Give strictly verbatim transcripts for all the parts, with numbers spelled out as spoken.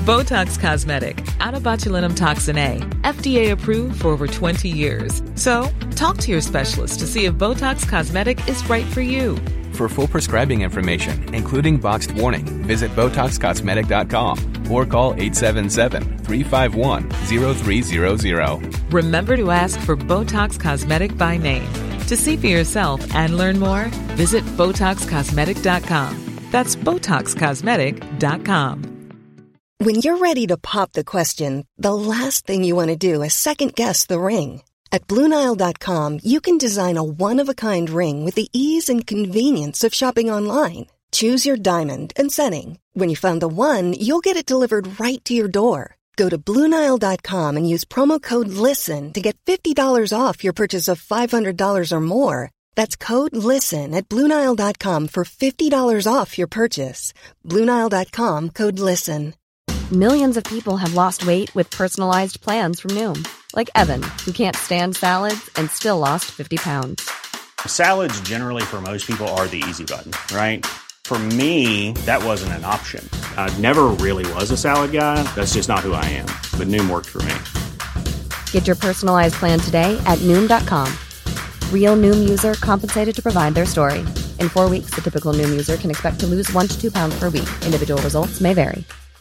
Botox Cosmetic, out of botulinum toxin A, F D A approved for over twenty years. So, talk to your specialist to see if Botox Cosmetic is right for you. For full prescribing information, including boxed warning, visit Botox Cosmetic dot com or call eight seven seven, three five one, zero three zero zero. Remember to ask for Botox Cosmetic by name. To see for yourself and learn more, visit Botox Cosmetic dot com. That's Botox Cosmetic dot com. When you're ready to pop the question, the last thing you want to do is second-guess the ring. At Blue Nile dot com, you can design a one-of-a-kind ring with the ease and convenience of shopping online. Choose your diamond and setting. When you find the one, you'll get it delivered right to your door. Go to Blue Nile dot com and use promo code LISTEN to get fifty dollars off your purchase of five hundred dollars or more. That's code LISTEN at Blue Nile dot com for fifty dollars off your purchase. Blue Nile dot com, code LISTEN. Millions of people have lost weight with personalized plans from Noom. Like Evan, who can't stand salads and still lost fifty pounds. Salads generally for most people are the easy button, right? For me, that wasn't an option. I never really was a salad guy. That's just not who I am. But Noom worked for me. Get your personalized plan today at Noom dot com. Real Noom user compensated to provide their story. In four weeks, the typical Noom user can expect to lose one to two pounds per week. Individual results may vary.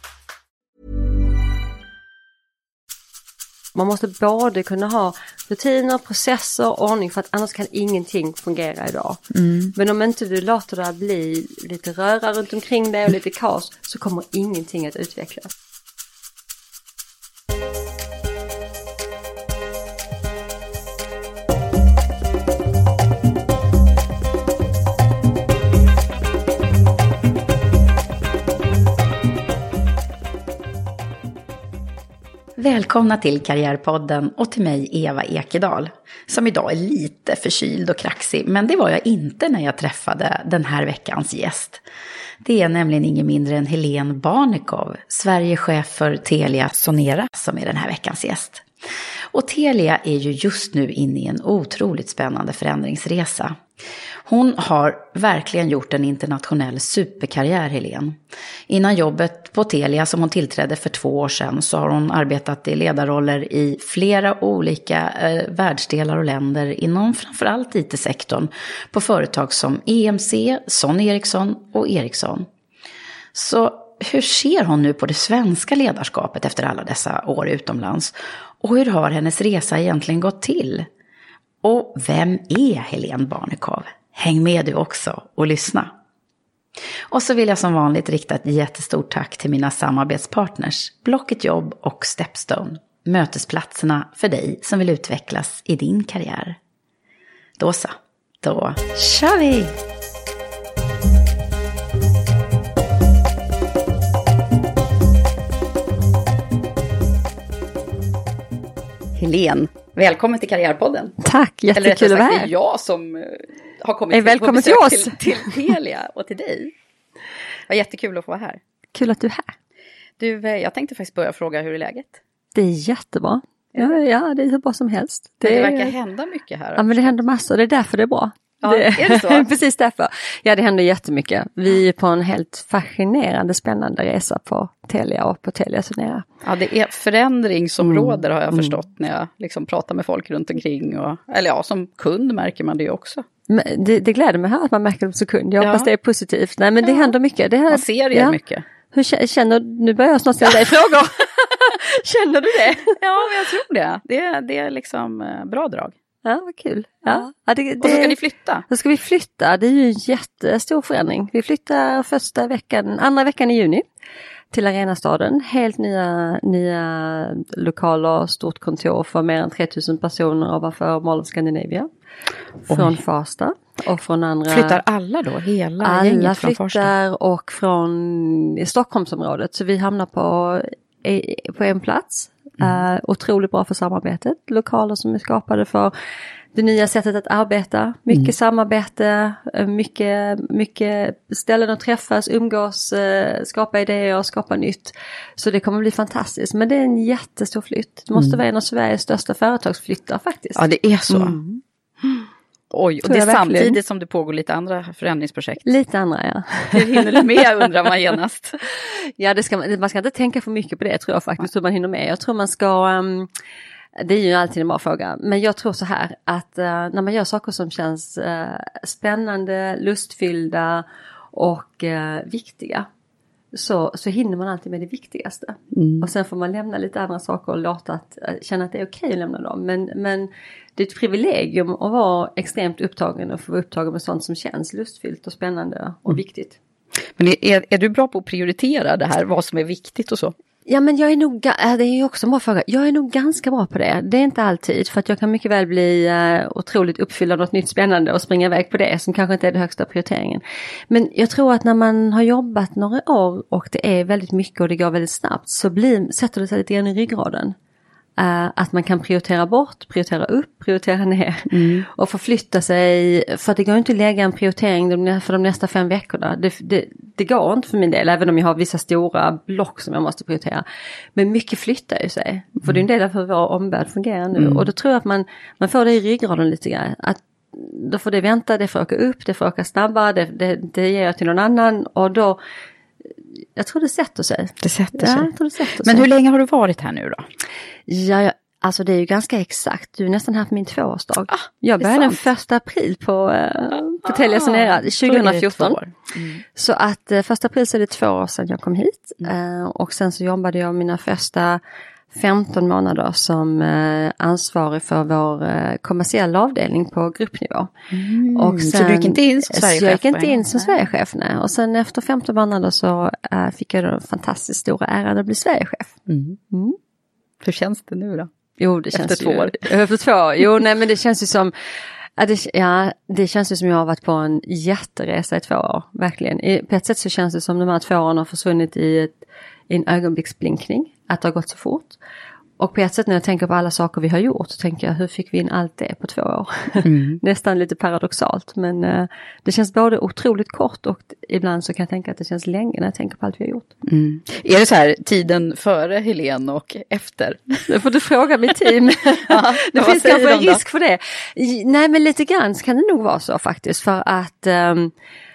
Man måste både kunna ha rutiner, processer, ordning, för att annars kan ingenting fungera idag. Mm. Men om inte du låter det bli lite röra runt omkring dig och lite kaos, så kommer ingenting att utvecklas. Välkomna till Karriärpodden och till mig Eva Ekedal, som idag är lite förkyld och kraxig, men det var jag inte när jag träffade den här veckans gäst. Det är nämligen ingen mindre än Helene Barnekow, Sverigechef för Telia Sonera, som är den här veckans gäst. Och Telia är ju just nu inne i en otroligt spännande förändringsresa. Hon har verkligen gjort en internationell superkarriär, Helene. Innan jobbet på Telia som hon tillträdde för två år sedan så har hon arbetat i ledarroller i flera olika eh, världsdelar och länder inom framförallt I T-sektorn på företag som E M C, Sony Ericsson och Ericsson. Så hur ser hon nu på det svenska ledarskapet efter alla dessa år utomlands? Och hur har hennes resa egentligen gått till? Och vem är Helene Barnekow? Häng med du också och lyssna. Och så vill jag som vanligt rikta ett jättestort tack till mina samarbetspartners Blocket Jobb och Stepstone. Mötesplatserna för dig som vill utvecklas i din karriär. Då så, då kör vi! Helene, välkommen till Karriärpodden. Tack, jättekul att vara här. Det är jag som har kommit till, välkommen till oss. Till, till Telia och till dig. Det var jättekul att få vara här. Kul att du är här. Du, jag tänkte faktiskt börja fråga hur är läget? Det är jättebra. Ja, ja det är hur bra som helst. Det, det verkar hända mycket här. Ja, men det händer massor. Det är därför det är bra. Ja, det, är det så? Precis därför. Ja, det händer jättemycket. Vi är på en helt fascinerande, spännande resa på Telia och på Telia Sonera. Ja, det är förändring som mm. råder har jag mm. förstått när jag liksom pratar med folk runt omkring. Och, eller ja, som kund märker man det också. Men det, det gläder mig här att man märker det som kund. Jag ja. hoppas det är positivt. Nej, men ja. det händer mycket. Det här, man ser det ja. mycket. Hur känner, nu börjar jag snart ställa dig frågor. Känner du det? Ja, men jag tror det. Det, det är liksom bra drag. Ja, vad kul. Ja. Ja, det, det, och så ska ni flytta. Så ska vi flytta. Det är ju en jättestor förändring. Vi flyttar första veckan, andra veckan i juni till Arenastaden. Helt nya, nya lokaler, stort kontor för mer än tre tusen personer ovanför Mall of Scandinavia. Från Oj. Farsta. Och från andra... Flyttar alla då? Hela alla gänget från flyttar Farsta? Och från Stockholmsområdet. Så vi hamnar på, på en plats. Mm. Uh, otroligt bra för samarbetet. Lokaler som är skapade för det nya sättet att arbeta. Mycket mm. samarbete, mycket, mycket ställen att träffas, umgås, uh, skapa idéer och skapa nytt. Så det kommer bli fantastiskt. Men det är en jättestor flytt. Det måste mm. vara en av Sveriges största företagsflyttar faktiskt. Ja, det är så. Mm. Oj, och Tror det är jag verkligen. samtidigt som det pågår lite andra förändringsprojekt. Lite andra, ja. Hur hinner du med, undrar man genast. Ja, det ska man, man ska inte tänka för mycket på det, tror jag faktiskt, hur man hinner med. Jag tror man ska... Um, det är ju alltid en bra fråga. Men jag tror så här att uh, när man gör saker som känns uh, spännande, lustfyllda och uh, viktiga. Så, så hinner man alltid med det viktigaste. Mm. Och sen får man lämna lite andra saker och låta att, uh, känna att det är okej att lämna dem. Men, men det är ett privilegium att vara extremt upptagen och få vara upptagen med sånt som känns lustfyllt och spännande och mm. viktigt. Men är, är du bra på att prioritera det här, vad som är viktigt och så? Ja, men jag är nog, det är ju också en bra fråga. Jag är nog ganska bra på det. Det är inte alltid, för att jag kan mycket väl bli uh, otroligt uppfylld av något nytt spännande och springa iväg på det som kanske inte är den högsta prioriteringen. Men jag tror att när man har jobbat några år och det är väldigt mycket och det går väldigt snabbt, så blir, sätter det sig lite grann i ryggraden. Uh, att man kan prioritera bort, prioritera upp, prioritera ner mm. och förflytta sig, för att det går inte att lägga en prioritering för de nästa fem veckorna. Det, det, det går inte för min del, även om jag har vissa stora block som jag måste prioritera. Men mycket flyttar ju sig, mm. för det är en del av hur vår omvärld fungerar nu. Mm. Och då tror jag att man, man får det i ryggraden lite grann. Att då får det vänta, det får åka upp, det får åka snabbare, det, det, det ger jag till någon annan, och då jag tror det sätter sig. Det sätter sig. Ja, jag tror det sätter Men sig. hur länge har du varit här nu då? Ja, jag, alltså det är ju ganska exakt. Du är nästan här på min tvåårsdag. Ah, jag började den första april på, uh, på Telia Sonera tjugohundrafjorton. Mm. Så att uh, första april så är det två år sedan jag kom hit. Mm. Uh, och sen så jobbade jag mina första femton månader som eh, ansvarig för vår eh, kommersiella avdelning på gruppnivå. Mm. Och sen, så du gick inte in som Sverigechef? Jag gick inte in som Sverigechef, nej. Och sen efter femton månader så eh, fick jag den fantastiskt stora äran att bli Sverigechef. Mm. Mm. Hur känns det nu då? Jo, det känns efter två år. Ju, efter två år. Jo, nej, men det känns ju som ja det, ja, det känns ju som jag har varit på en jätteresa i två år, verkligen. I, på ett sätt så känns det som de här två åren har försvunnit i ett i en ögonblicksblinkning, att det har gått så fort. Och på ett sätt när jag tänker på alla saker vi har gjort, så tänker jag, hur fick vi in allt det på två år? Mm. Nästan lite paradoxalt, men uh, det känns både otroligt kort och ibland så kan jag tänka att det känns länge när jag tänker på allt vi har gjort. Mm. Är det så här tiden före Helene och efter? Nu får du fråga mitt team. Ja, det finns kanske en risk för det. Nej, men lite grann kan det nog vara så faktiskt, för att um,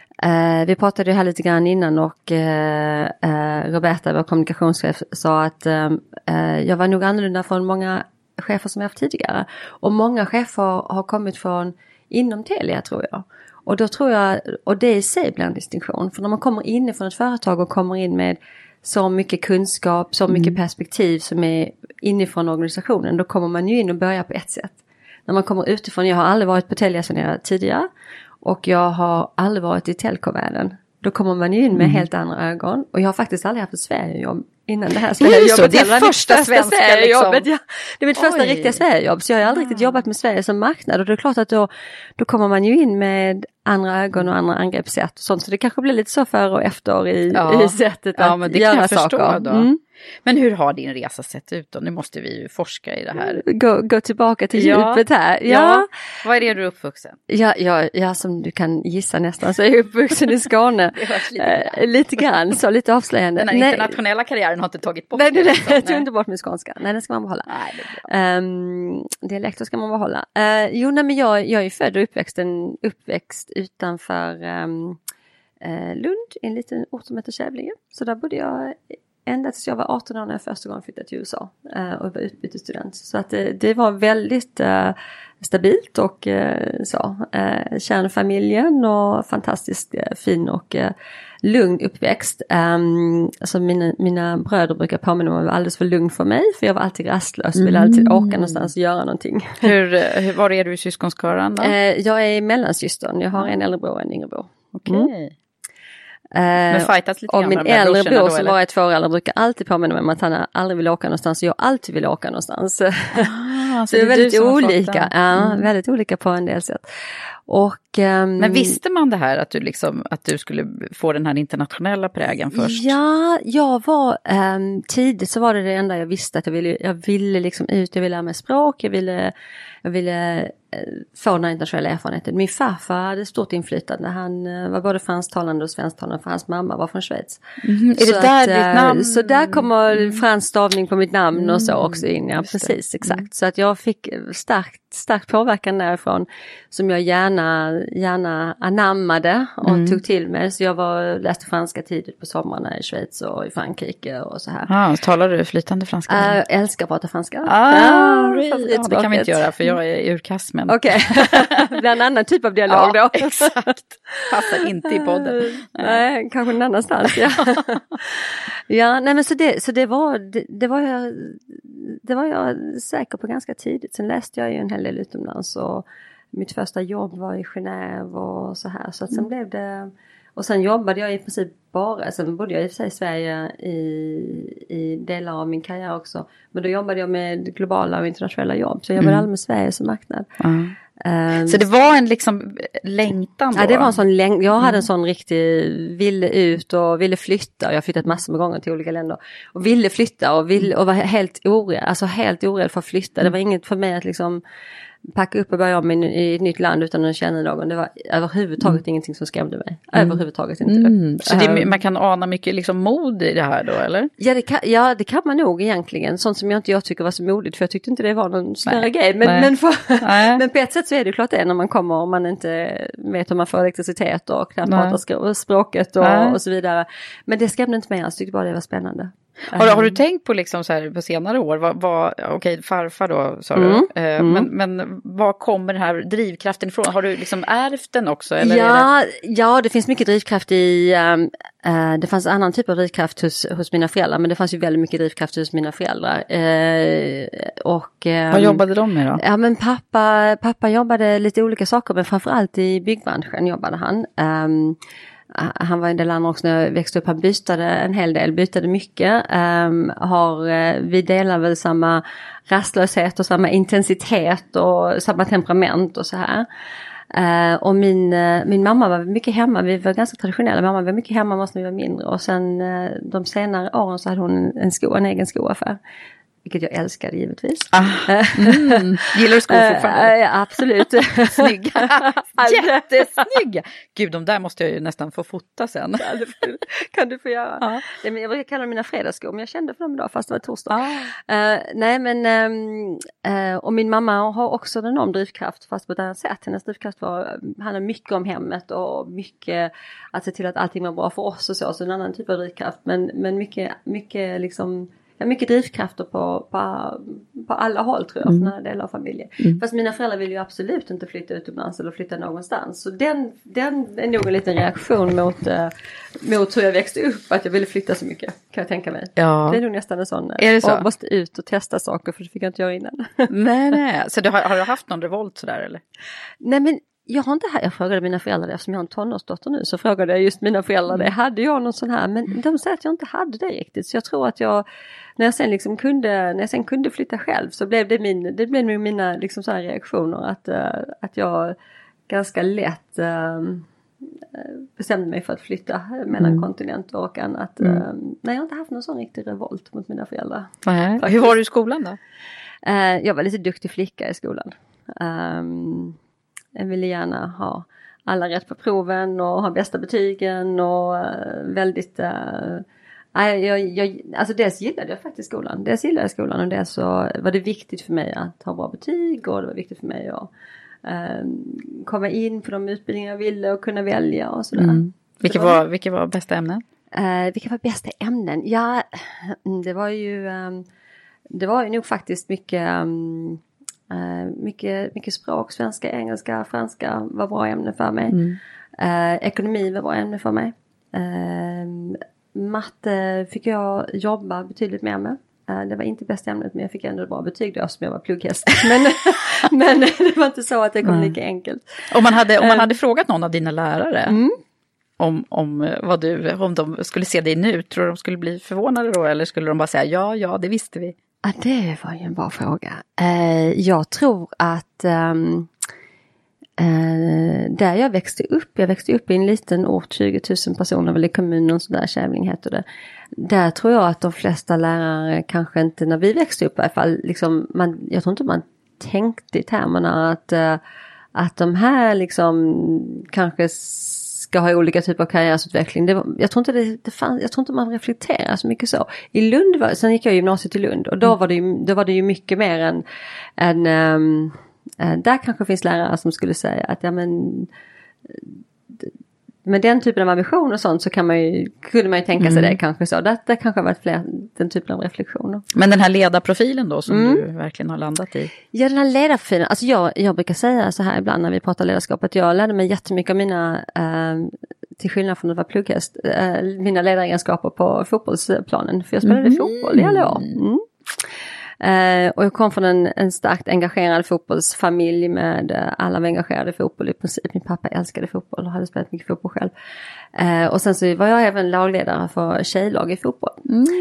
Uh, vi pratade ju här lite grann innan och uh, uh, Roberta, vår kommunikationschef, sa att uh, uh, jag var nog annorlunda från många chefer som jag haft tidigare. Och många chefer har kommit från inom Telia, tror jag. Och då tror jag, och det i sig blir en distinktion. För när man kommer in från ett företag och kommer in med så mycket kunskap, så mycket mm. perspektiv som är inifrån organisationen, då kommer man ju in och börjar på ett sätt. När man kommer utifrån, jag har aldrig varit på Telia Sonera tidigare. Och jag har aldrig varit i telkovärlden. Då kommer man ju in med mm. helt andra ögon. Och jag har faktiskt aldrig haft ett Sverigejobb innan det här Sverigejobbet. Det är första svenska Sverigejobbet. Liksom. Ja, det är mitt första Oj. riktiga Sverigejobb. Så jag har aldrig riktigt jobbat med Sverige som marknad. Och det är klart att då, då kommer man ju in med andra ögon och andra angreppssätt. Och sånt. Så det kanske blir lite så före och efter i, ja. i sättet ja, att men det göra kan jag saker. Förstå då. Mm. Men hur har din resa sett ut då? Nu måste vi ju forska i det här. Gå, gå tillbaka till ja. djupet här. Ja. ja. Vad är det du är uppvuxen? Ja, ja, ja, som du kan gissa nästan så är jag uppvuxen i Skåne. lite, eh, lite grann, så lite avslöjande. Den här nej. internationella karriären har inte tagit bort nej, det. Nej, liksom. jag tog inte bort min skånska. Nej, den ska man behålla. Nej, det är bra. Um, dialekter ska man behålla. Uh, jo, nej, men jag, jag är född och uppväxt, en, uppväxt utanför um, uh, Lund, en liten ort som heter Kävlinge. Så där bodde jag ända tills jag var arton år när jag första gången flyttade till U S A uh, och var utbytesstudent. Så att uh, det var väldigt uh, stabilt och uh, så. Uh, kärnfamiljen och fantastiskt uh, fin och uh, lugn uppväxt. Um, alltså mina, mina bröder brukar påminna om att jag var alldeles för lugn för mig. För jag var alltid rastlös. Mm. Ville alltid åka någonstans och göra någonting. Hur, hur, var är du i syskonskaran då? Uh, jag är mellansystern. Jag har en äldre bror och en yngre bror. Okej. Okay. Mm. Men fightas lite och grann min med de äldre bror då, som eller? bara är två år äldre brukar alltid påminna mig om att han aldrig vill åka någonstans och jag alltid vill åka någonstans. Ah, så, så det är väldigt olika. Ja, mm. väldigt olika på en del sätt. Och, um, men visste man det här att du, liksom, att du skulle få den här internationella prägen först? Ja, jag var um, tidigt så var det det enda jag visste att jag ville, jag ville liksom ut, jag ville lära mig språk, jag ville, jag ville uh, få den här internationella erfarenheten. Min farfar hade stort inflytande, han uh, var både fransktalande och svensktalande för hans mamma var från Schweiz. Mm, är så det där att, ditt namn? Så där kommer fransk stavning på mitt namn mm, och så också in, ja mm, precis, exakt. Mm. Så att jag jag fick starkt, starkt påverkan därifrån som jag gärna, gärna anammade och mm. tog till mig. Så jag var, läste franska tidigt på sommarna i Schweiz och i Frankrike och så här. Ah, talar du flytande franska? Jag äh, älskar att prata franska. Ah, ja, really? Ja, det kan vi inte göra för jag är urkass. Men... Okej, okay. Det är en annan typ av dialog ja, då. Exakt, passar inte i podden. Nej, kanske någon annanstans. Ja, ja nej men så det, så det var, det, det var jag, det var jag säker på ganska tidigt. Sen läste jag ju en hel del utomlands och mitt första jobb var i Genève och så här. Så att sen mm. blev det, och sen jobbade jag i princip bara, sen bodde jag i och för sig i Sverige i, i delar av min karriär också. Men då jobbade jag med globala och internationella jobb. Så jag jobbade mm. aldrig med Sverige som marknad. Mm. Um, så det var en liksom längtan då? Ja, det var en sån längtan. Jag hade mm. en sån riktig, ville ut och ville flytta. Jag har flyttat massor med gånger till olika länder. Och ville flytta och, ville, och var helt orädd. Alltså helt orädd för att flytta. Det var inget för mig att liksom packa upp och börja om i ett nytt land utan att känna någon. Det var överhuvudtaget mm. ingenting som skrämde mig. Mm. Överhuvudtaget inte. Mm. Så det, man kan ana mycket liksom mod i det här då, eller? Ja det, kan, ja, det kan man nog egentligen. Sånt som jag inte jag tycker var så modigt. För jag tyckte inte det var någon större grej. Men, men, för, men på ett sätt så är det klart det när man kommer och man inte vet hur man får elektricitet och knappt pratar språket och, och så vidare. Men det skrämde inte mig. Jag tyckte bara det var spännande. Har, har du tänkt på liksom så här på senare år, vad, vad, okej farfar då sa du, mm, eh, mm. men, men var kommer den här drivkraften ifrån? Har du liksom ärvt den också? Eller ja, är det... ja, det finns mycket drivkraft i, um, uh, det fanns annan typ av drivkraft hos, hos mina föräldrar, men det fanns ju väldigt mycket drivkraft hos mina föräldrar. Uh, och, um, vad jobbade de med då? Ja, men pappa, pappa jobbade lite olika saker, men framförallt i byggbranschen jobbade han. Um, Han var en del andra också när jag växte upp. Han bytade en hel del, bytade mycket. Um, har, vi delar väl samma rastlöshet och samma intensitet och samma temperament och så här. Uh, och min, uh, min mamma var mycket hemma. Vi var ganska traditionella. Mamma var mycket hemma när vi var mindre. Och sen uh, de senare åren så hade hon en, sko, en egen skoaffär. Vilket jag älskade givetvis. Ah, mm. Gillar du skor fortfarande? Uh, ja, absolut. Snygga. Jättesnygga. Gud, de där måste jag ju nästan få fota sen. Ja, det kan du få göra. Ah. Ja, men jag brukar kalla dem mina fredagsskor, men jag kände för dem idag fast det var torsdag. Ah. Uh, nej, men um, uh, och min mamma har också en enorm drivkraft fast på ett annat sätt. Hennes drivkraft var, handlar mycket om hemmet och mycket att se till att allting var bra för oss och så. Så en annan typ av drivkraft. Men, men mycket, mycket liksom... Jag har mycket drivkrafter på, på, på alla håll tror jag, mm. för den här delen av familjen. Mm. Fast mina föräldrar vill ju absolut inte flytta utomlands eller flytta någonstans. Så den, den är nog en liten reaktion mot, uh, mot hur jag växte upp, att jag ville flytta så mycket, kan jag tänka mig. Ja. Det är nog nästan en sån, är det så? Jag måste ut och testa saker för det fick jag inte göra innan. nej, nej. Så du har, har du haft någon revolt sådär eller? Nej, men jag har inte här, jag frågade mina föräldrar det, eftersom jag har en tonårsdotter nu så frågade jag just mina föräldrar det, hade jag någon sån här, men de säger att jag inte hade det riktigt, så jag tror att jag, när jag sen liksom kunde, när jag sen kunde flytta själv så blev det min, det blev nog mina liksom så här reaktioner att, uh, att jag ganska lätt uh, bestämde mig för att flytta mellan mm. kontinenter och annat. Mm. Uh, nej, jag har inte haft någon sån riktig revolt mot mina föräldrar. Nej. Hur var du i skolan då? Uh, jag var lite duktig flicka i skolan. Um, Jag ville gärna ha alla rätt på proven och ha bästa betygen och uh, väldigt... Uh, jag, jag, alltså dels gillade jag faktiskt skolan. Dels gillade jag skolan och dels så var det viktigt för mig att ha bra betyg och det var viktigt för mig att uh, komma in på de utbildningar jag ville och kunna välja och sådär. Mm. Vilka, var, vilka var bästa ämnen? Uh, vilka var bästa ämnen? Ja, det var ju... Um, det var ju nog faktiskt mycket... Um, Uh, mycket, mycket språk, svenska, engelska, franska var bra ämne för mig. Mm. Uh, ekonomi var bra ämne för mig. Uh, matte fick jag jobba betydligt mer med. Uh, det var inte bästa ämnet, men jag fick ändå bra betyg då som jag var plugghäst. men, men det var inte så att det kom mm. lika enkelt. Om man hade, om man hade uh, frågat någon av dina lärare mm. om, om, vad du, om de skulle se dig nu, tror du de skulle bli förvånade då? Eller skulle de bara säga ja, ja, det visste vi? Ja, det var ju en bra fråga. Uh, jag tror att um, uh, där jag växte upp, jag växte upp i en liten ort, tjugo tusen personer väl i kommunen, så där Kävling heter det. Där tror jag att de flesta lärare kanske inte, när vi växte upp i alla fall, liksom, man, jag tror inte man tänkte i termerna att, uh, att de här liksom kanske ska ha olika typer av karriärsutveckling. Det var, jag, tror inte det, det fann, jag tror inte man reflekterar så mycket så. I Lund, var, sen gick jag i gymnasiet i Lund och då var det ju, då var det ju mycket mer än, än um, där kanske finns lärare som skulle säga att ja men med den typen av ambition och sånt så kan man ju, kunde man ju tänka sig mm. det kanske så. Det, det kanske har varit fler, den typen av reflektioner. Men den här ledarprofilen då som mm. du verkligen har landat i? Ja, den här ledarprofilen. Alltså jag, jag brukar säga så här ibland när vi pratar ledarskap att jag lärde mig jättemycket av mina, eh, till skillnad från att vara plugghäst, eh, mina ledaregenskaper på fotbollsplanen. För jag spelade mm. fotboll i alla år. Mm. Uh, och jag kom från en, en starkt engagerad fotbollsfamilj med uh, alla var engagerade i fotboll i princip. Min pappa älskade fotboll och hade spelat mycket fotboll själv. Uh, och sen så var jag även lagledare för tjejlag i fotboll.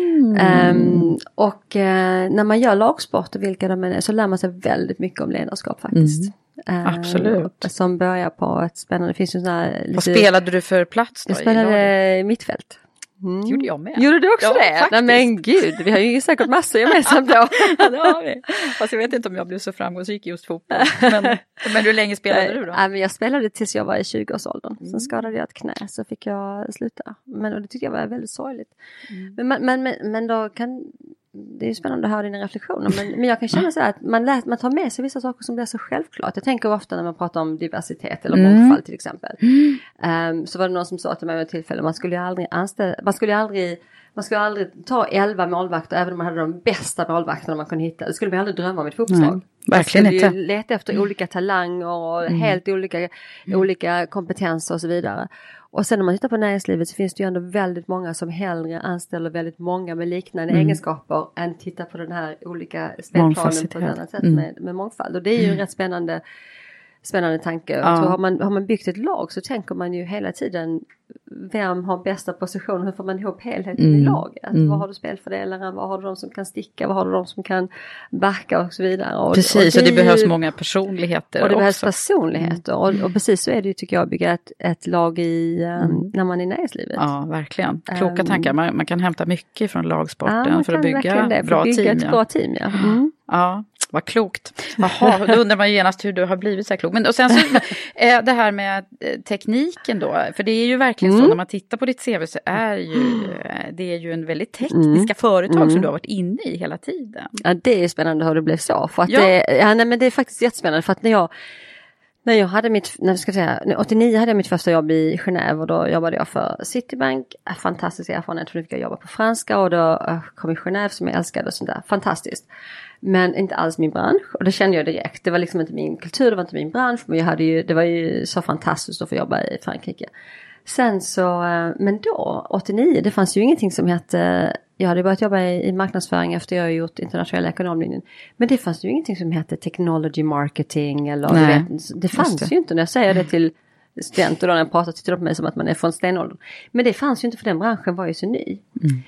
Mm. Um, och uh, när man gör lagsport och vilka de är så lär man sig väldigt mycket om ledarskap faktiskt. Mm. Uh, Absolut. Som börjar på ett spännande, det finns ju sådana här, lite, vad spelade du för plats då? Jag spelade mittfält. Mm. Gjorde jag med. Gjorde du också ja, det? Faktiskt. Nej men gud, vi har ju säkert massor gemensamt då. Ja, det har vi. Fast jag vet inte om jag blev så framgångsrik i just fotboll. Men, men hur länge spelade du då? Nej, men jag spelade tills jag var i tjugoårsåldern. Mm. Sen skadade jag ett knä så fick jag sluta. Men och det tycker jag var väldigt sorgligt. Mm. Men, men, men, men då kan... Det är ju spännande att höra dina reflektioner. Men, men jag kan känna så här att man, lät, man tar med sig vissa saker som blir så självklart. Jag tänker ofta när man pratar om diversitet eller mm. mångfald till exempel. Mm. Um, så var det någon som sa till mig vid ett tillfälle. Man skulle ju aldrig anställa, man skulle ju aldrig, man skulle aldrig ta elva målvakter även om man hade de bästa målvakterna man kunde hitta. Det skulle man aldrig drömma om ett fotbollslag. Mm. Verkligen inte. Man skulle ju leta efter mm. olika talanger och mm. helt olika, mm. olika kompetenser och så vidare. Och sen när man tittar på näringslivet så finns det ju ändå väldigt många som hellre anställer väldigt många med liknande mm. egenskaper än tittar på den här olika spelplanen på ett annat sätt mm. med, med mångfald. Och det är ju en mm. rätt spännande, spännande tanke. Ja. Jag tror, har, man, har man byggt ett lag så tänker man ju hela tiden vem har bästa position, hur får man ihop helheten mm. i laget? Mm. Vad har du spelfördelare, vad har du de som kan sticka, vad har du de som kan backa och så vidare. Och, precis, och det, och det behövs ju, många personligheter och det också. behövs personligheter mm. och, och precis så är det ju tycker jag att bygga ett, ett lag i, um, mm. när man är i näringslivet. Ja, verkligen. Kloka um, tankar, man, man kan hämta mycket från lagsporten ja, för att bygga det, bra för att bygga team. ett Ja. bra team, ja. Mm. Ja, vad klokt. Jaha, då undrar man ju genast hur du har blivit så här klok. Men och sen så eh, det här med eh, tekniken då, för det är ju verkligen mm. så när man tittar på ditt C V så är ju, det är ju en väldigt tekniska mm. företag mm. som du har varit inne i hela tiden. Ja, det är spännande hur det blev så. För att ja. det, ja, nej, men det är faktiskt jättespännande för att när jag När jag hade mitt, när ska jag säga, åttionio hade jag mitt första jobb i Genève och då jobbade jag för Citibank. Fantastisk erfarenhet för då fick jag jobba på franska och då kom jag i Genève som jag älskade och sånt där. Fantastiskt. Men inte alls min bransch och det kände jag direkt. Det var liksom inte min kultur, det var inte min bransch. Men jag hade ju, det var ju så fantastiskt att få jobba i Frankrike. Sen så, men då, åttionio, det fanns ju ingenting som hette, jag hade börjat jobba i, i marknadsföring efter jag gjort internationella ekonomlinjen. Men det fanns ju ingenting som hette technology marketing eller du vet, det fanns det. ju inte när jag säger det till studenter då när jag pratar tittar på mig som att man är från stenåldern. Men det fanns ju inte för den branschen var ju så ny. Mm.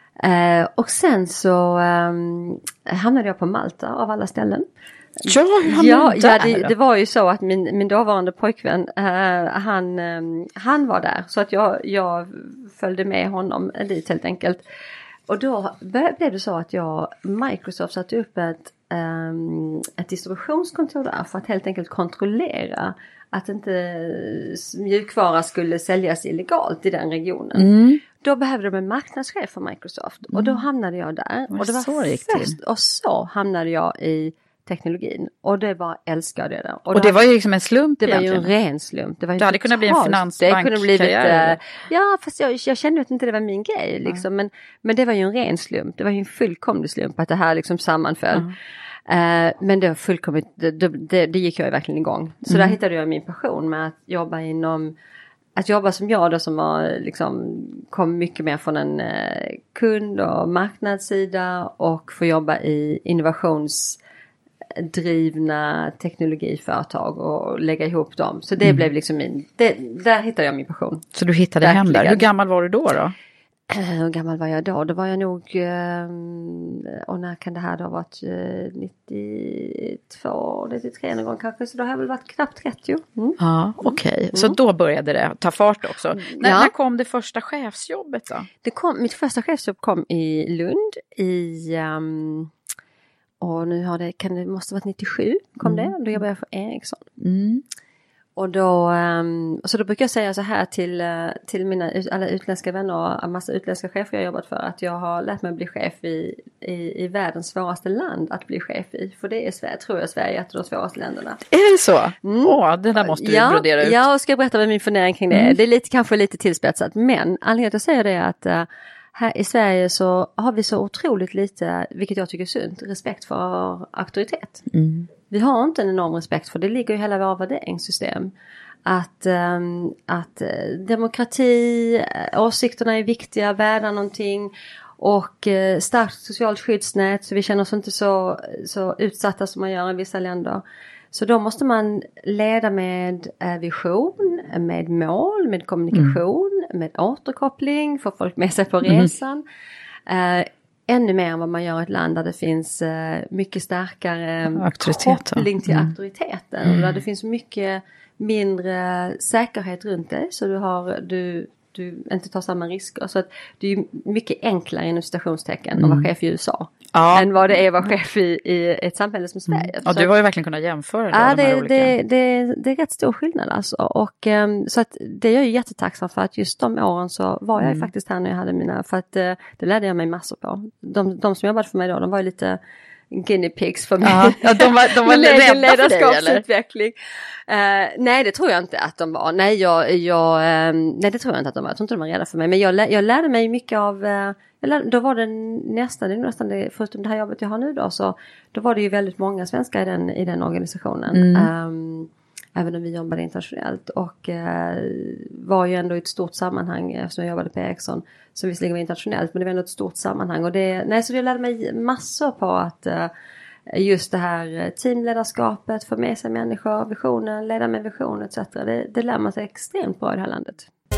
Uh, och sen så um, hamnade jag på Malta av alla ställen. Ja, hur ja, där, ja det, det var ju så att min, min dåvarande pojkvän, uh, han, um, han var där. Så att jag, jag följde med honom dit helt enkelt. Och då blev det så att jag, Microsoft satte upp ett, um, ett distributionskontor där för att helt enkelt kontrollera att inte mjukvara skulle säljas illegalt i den regionen. Mm. Då behövde de en marknadschef för Microsoft. Mm. Och då hamnade jag där. Var och det var så först, och så hamnade jag i teknologin. Och det bara älskade jag det. Och, och det var ju liksom en slump Det egentligen. var ju en ren slump. Det var ju du hade kunnat bli en finansbankkarriär. Äh, ja, fast jag, jag kände att inte det var min grej. Liksom. Mm. Men, men det var ju en ren slump. Det var ju en fullkomlig slump att det här liksom sammanföll. Mm. Uh, men det var fullkomligt, det, det, det gick jag ju verkligen igång. Så mm. där hittade jag min passion med att jobba inom, att jobba som jag då som var liksom, kom mycket mer från en uh, kund- och marknadssida och få jobba i innovationsdrivna teknologiföretag och lägga ihop dem. Så det mm. blev liksom min, det, där hittade jag min passion. Så du hittade hem där. Hur gammal var du då då? Hur gammal var jag då? Då var jag nog, och när kan det här då ha varit, nittiotvå, nittiotre någon gång kanske, så då har jag väl varit knappt trettio. Mm. Ja, okej. Okay. Mm. Så då började det ta fart också. Mm. När, ja. när kom det första chefsjobbet då? Det kom, mitt första chefsjobb kom i Lund i, um, och nu har det, kan det måste ha varit nittiosju kom mm. det, då jobbade jag för Ericsson. Mm. och då, um, så då brukar jag säga så här till, uh, till mina alla utländska vänner och en massa utländska chefer jag jobbat för, att jag har lärt mig att bli chef i, i, i världens svåraste land att bli chef i. För det är Sverige, tror jag Sverige är ett av de svåraste länderna. Är det så? Mm. Åh, det där måste du ja, brodera ut. Ja, och ska jag berätta med min fundering kring det. Mm. Det är lite, kanske lite tillspetsat, men anledningen till att säga det är att uh, här i Sverige så har vi så otroligt lite, vilket jag tycker är sunt, respekt för auktoritet. Mm. Vi har inte en enorm respekt för det, ligger i hela våra värderingssystem. Att, um, att uh, demokrati, uh, åsikterna är viktiga, värda någonting och uh, starkt socialt skyddsnät, så vi känner oss inte så, så utsatta som man gör i vissa länder. Så då måste man leda med uh, vision, med mål, med kommunikation, mm. med återkoppling, få folk med sig på resan. Mm. Uh, ännu mer än vad man gör i ett land där det finns uh, mycket starkare auktoritet, koppling till mm. auktoriteten. Mm. Och där det finns mycket mindre säkerhet runt dig. Så du, har, du, du inte tar samma risker. Så att det är mycket enklare inom citationstecken mm. att vara chef i U S A. Ja. Än vad det är att vara chef i, i ett samhälle som Sverige. Mm. Ja, du har ju verkligen kunnat jämföra ja, de det, här olika. Det, det, det är rätt stor skillnad alltså. Och, um, så att det är jag ju jättetacksam för, att just de åren så var jag mm. faktiskt här när jag hade mina, för att uh, det lärde jag mig massor på. De, de som jobbade för mig då, de var ju lite guinea pigs för mig. Ja, de var, de var rädda för dig, eller? Uh, nej, det tror jag inte att de var. Nej, jag, jag, um, nej, det tror jag inte att de var. Jag tror inte de var rädda för mig. Men jag, jag lärde mig mycket av... Uh, jag lärde, då var det nästan, det nästan det, förutom det här jobbet jag har nu då, så då var det ju väldigt många svenskar i den, i den organisationen. Mm. Um, även om vi jobbade internationellt. Och uh, var ju ändå i ett stort sammanhang, eftersom jag jobbade på Ericsson, som visserligen var internationellt, men det var ändå ett stort sammanhang. Och det, nej, så jag lärde mig massor på att... Uh, just det här teamledarskapet, få med sig människor, visionen, leda med vision et cetera. Det, det lär man sig extremt bra i det här landet.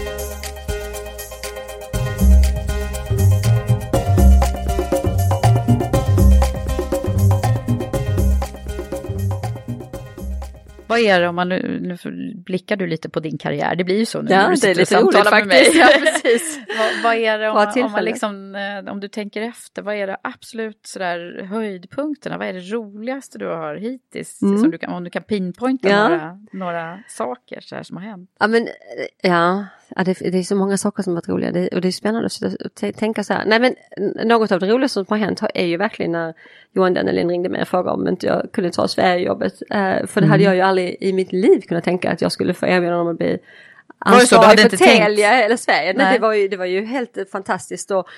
Vad är det om man nu, nu blickar du lite på din karriär? Det blir ju så nu ja, när du det är lite roligt faktiskt. Ja, precis. vad, vad är det om, om, man liksom, om du tänker efter, vad är det absolut sådär höjdpunkterna? Vad är det roligaste du har hittills? Mm. Som du kan, om du kan pinpointa ja. några, några saker så här som har hänt. Ja, men ja, ja det, det är så många saker som har varit roliga. Det, och det är spännande att t- tänka så här. Nej, men något av det roligaste som har hänt är ju verkligen när Johan Dennelin ringde mig och frågade om inte jag kunde ta Sverigejobbet. Uh, för det mm. hade jag ju aldrig i mitt liv kunnat tänka att jag skulle få erbjuda om att bli ansvarig för Telia eller Sverige. Nej. Nej, det var ju, det var ju helt fantastiskt och,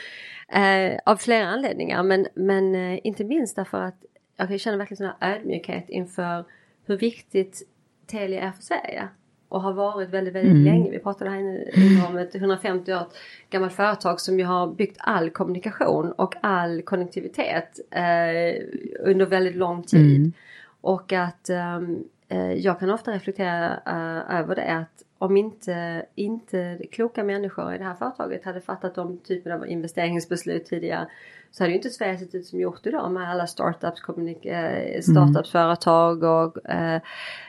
uh, av flera anledningar. Men, men uh, inte minst därför att jag känner verkligen sån här ödmjukhet inför hur viktigt Telia är för Sverige. Och har varit väldigt, väldigt mm. länge. Vi pratade här inne om ett hundrafemtio år gammalt företag som ju har byggt all kommunikation och all konnektivitet eh, under väldigt lång tid. Mm. Och att eh, jag kan ofta reflektera eh, över det, att om inte, inte kloka människor i det här företaget hade fattat de typen av investeringsbeslut tidigare, så hade ju inte Sverige sett ut som gjort idag med alla startups, kommunik- startups-företag och eh,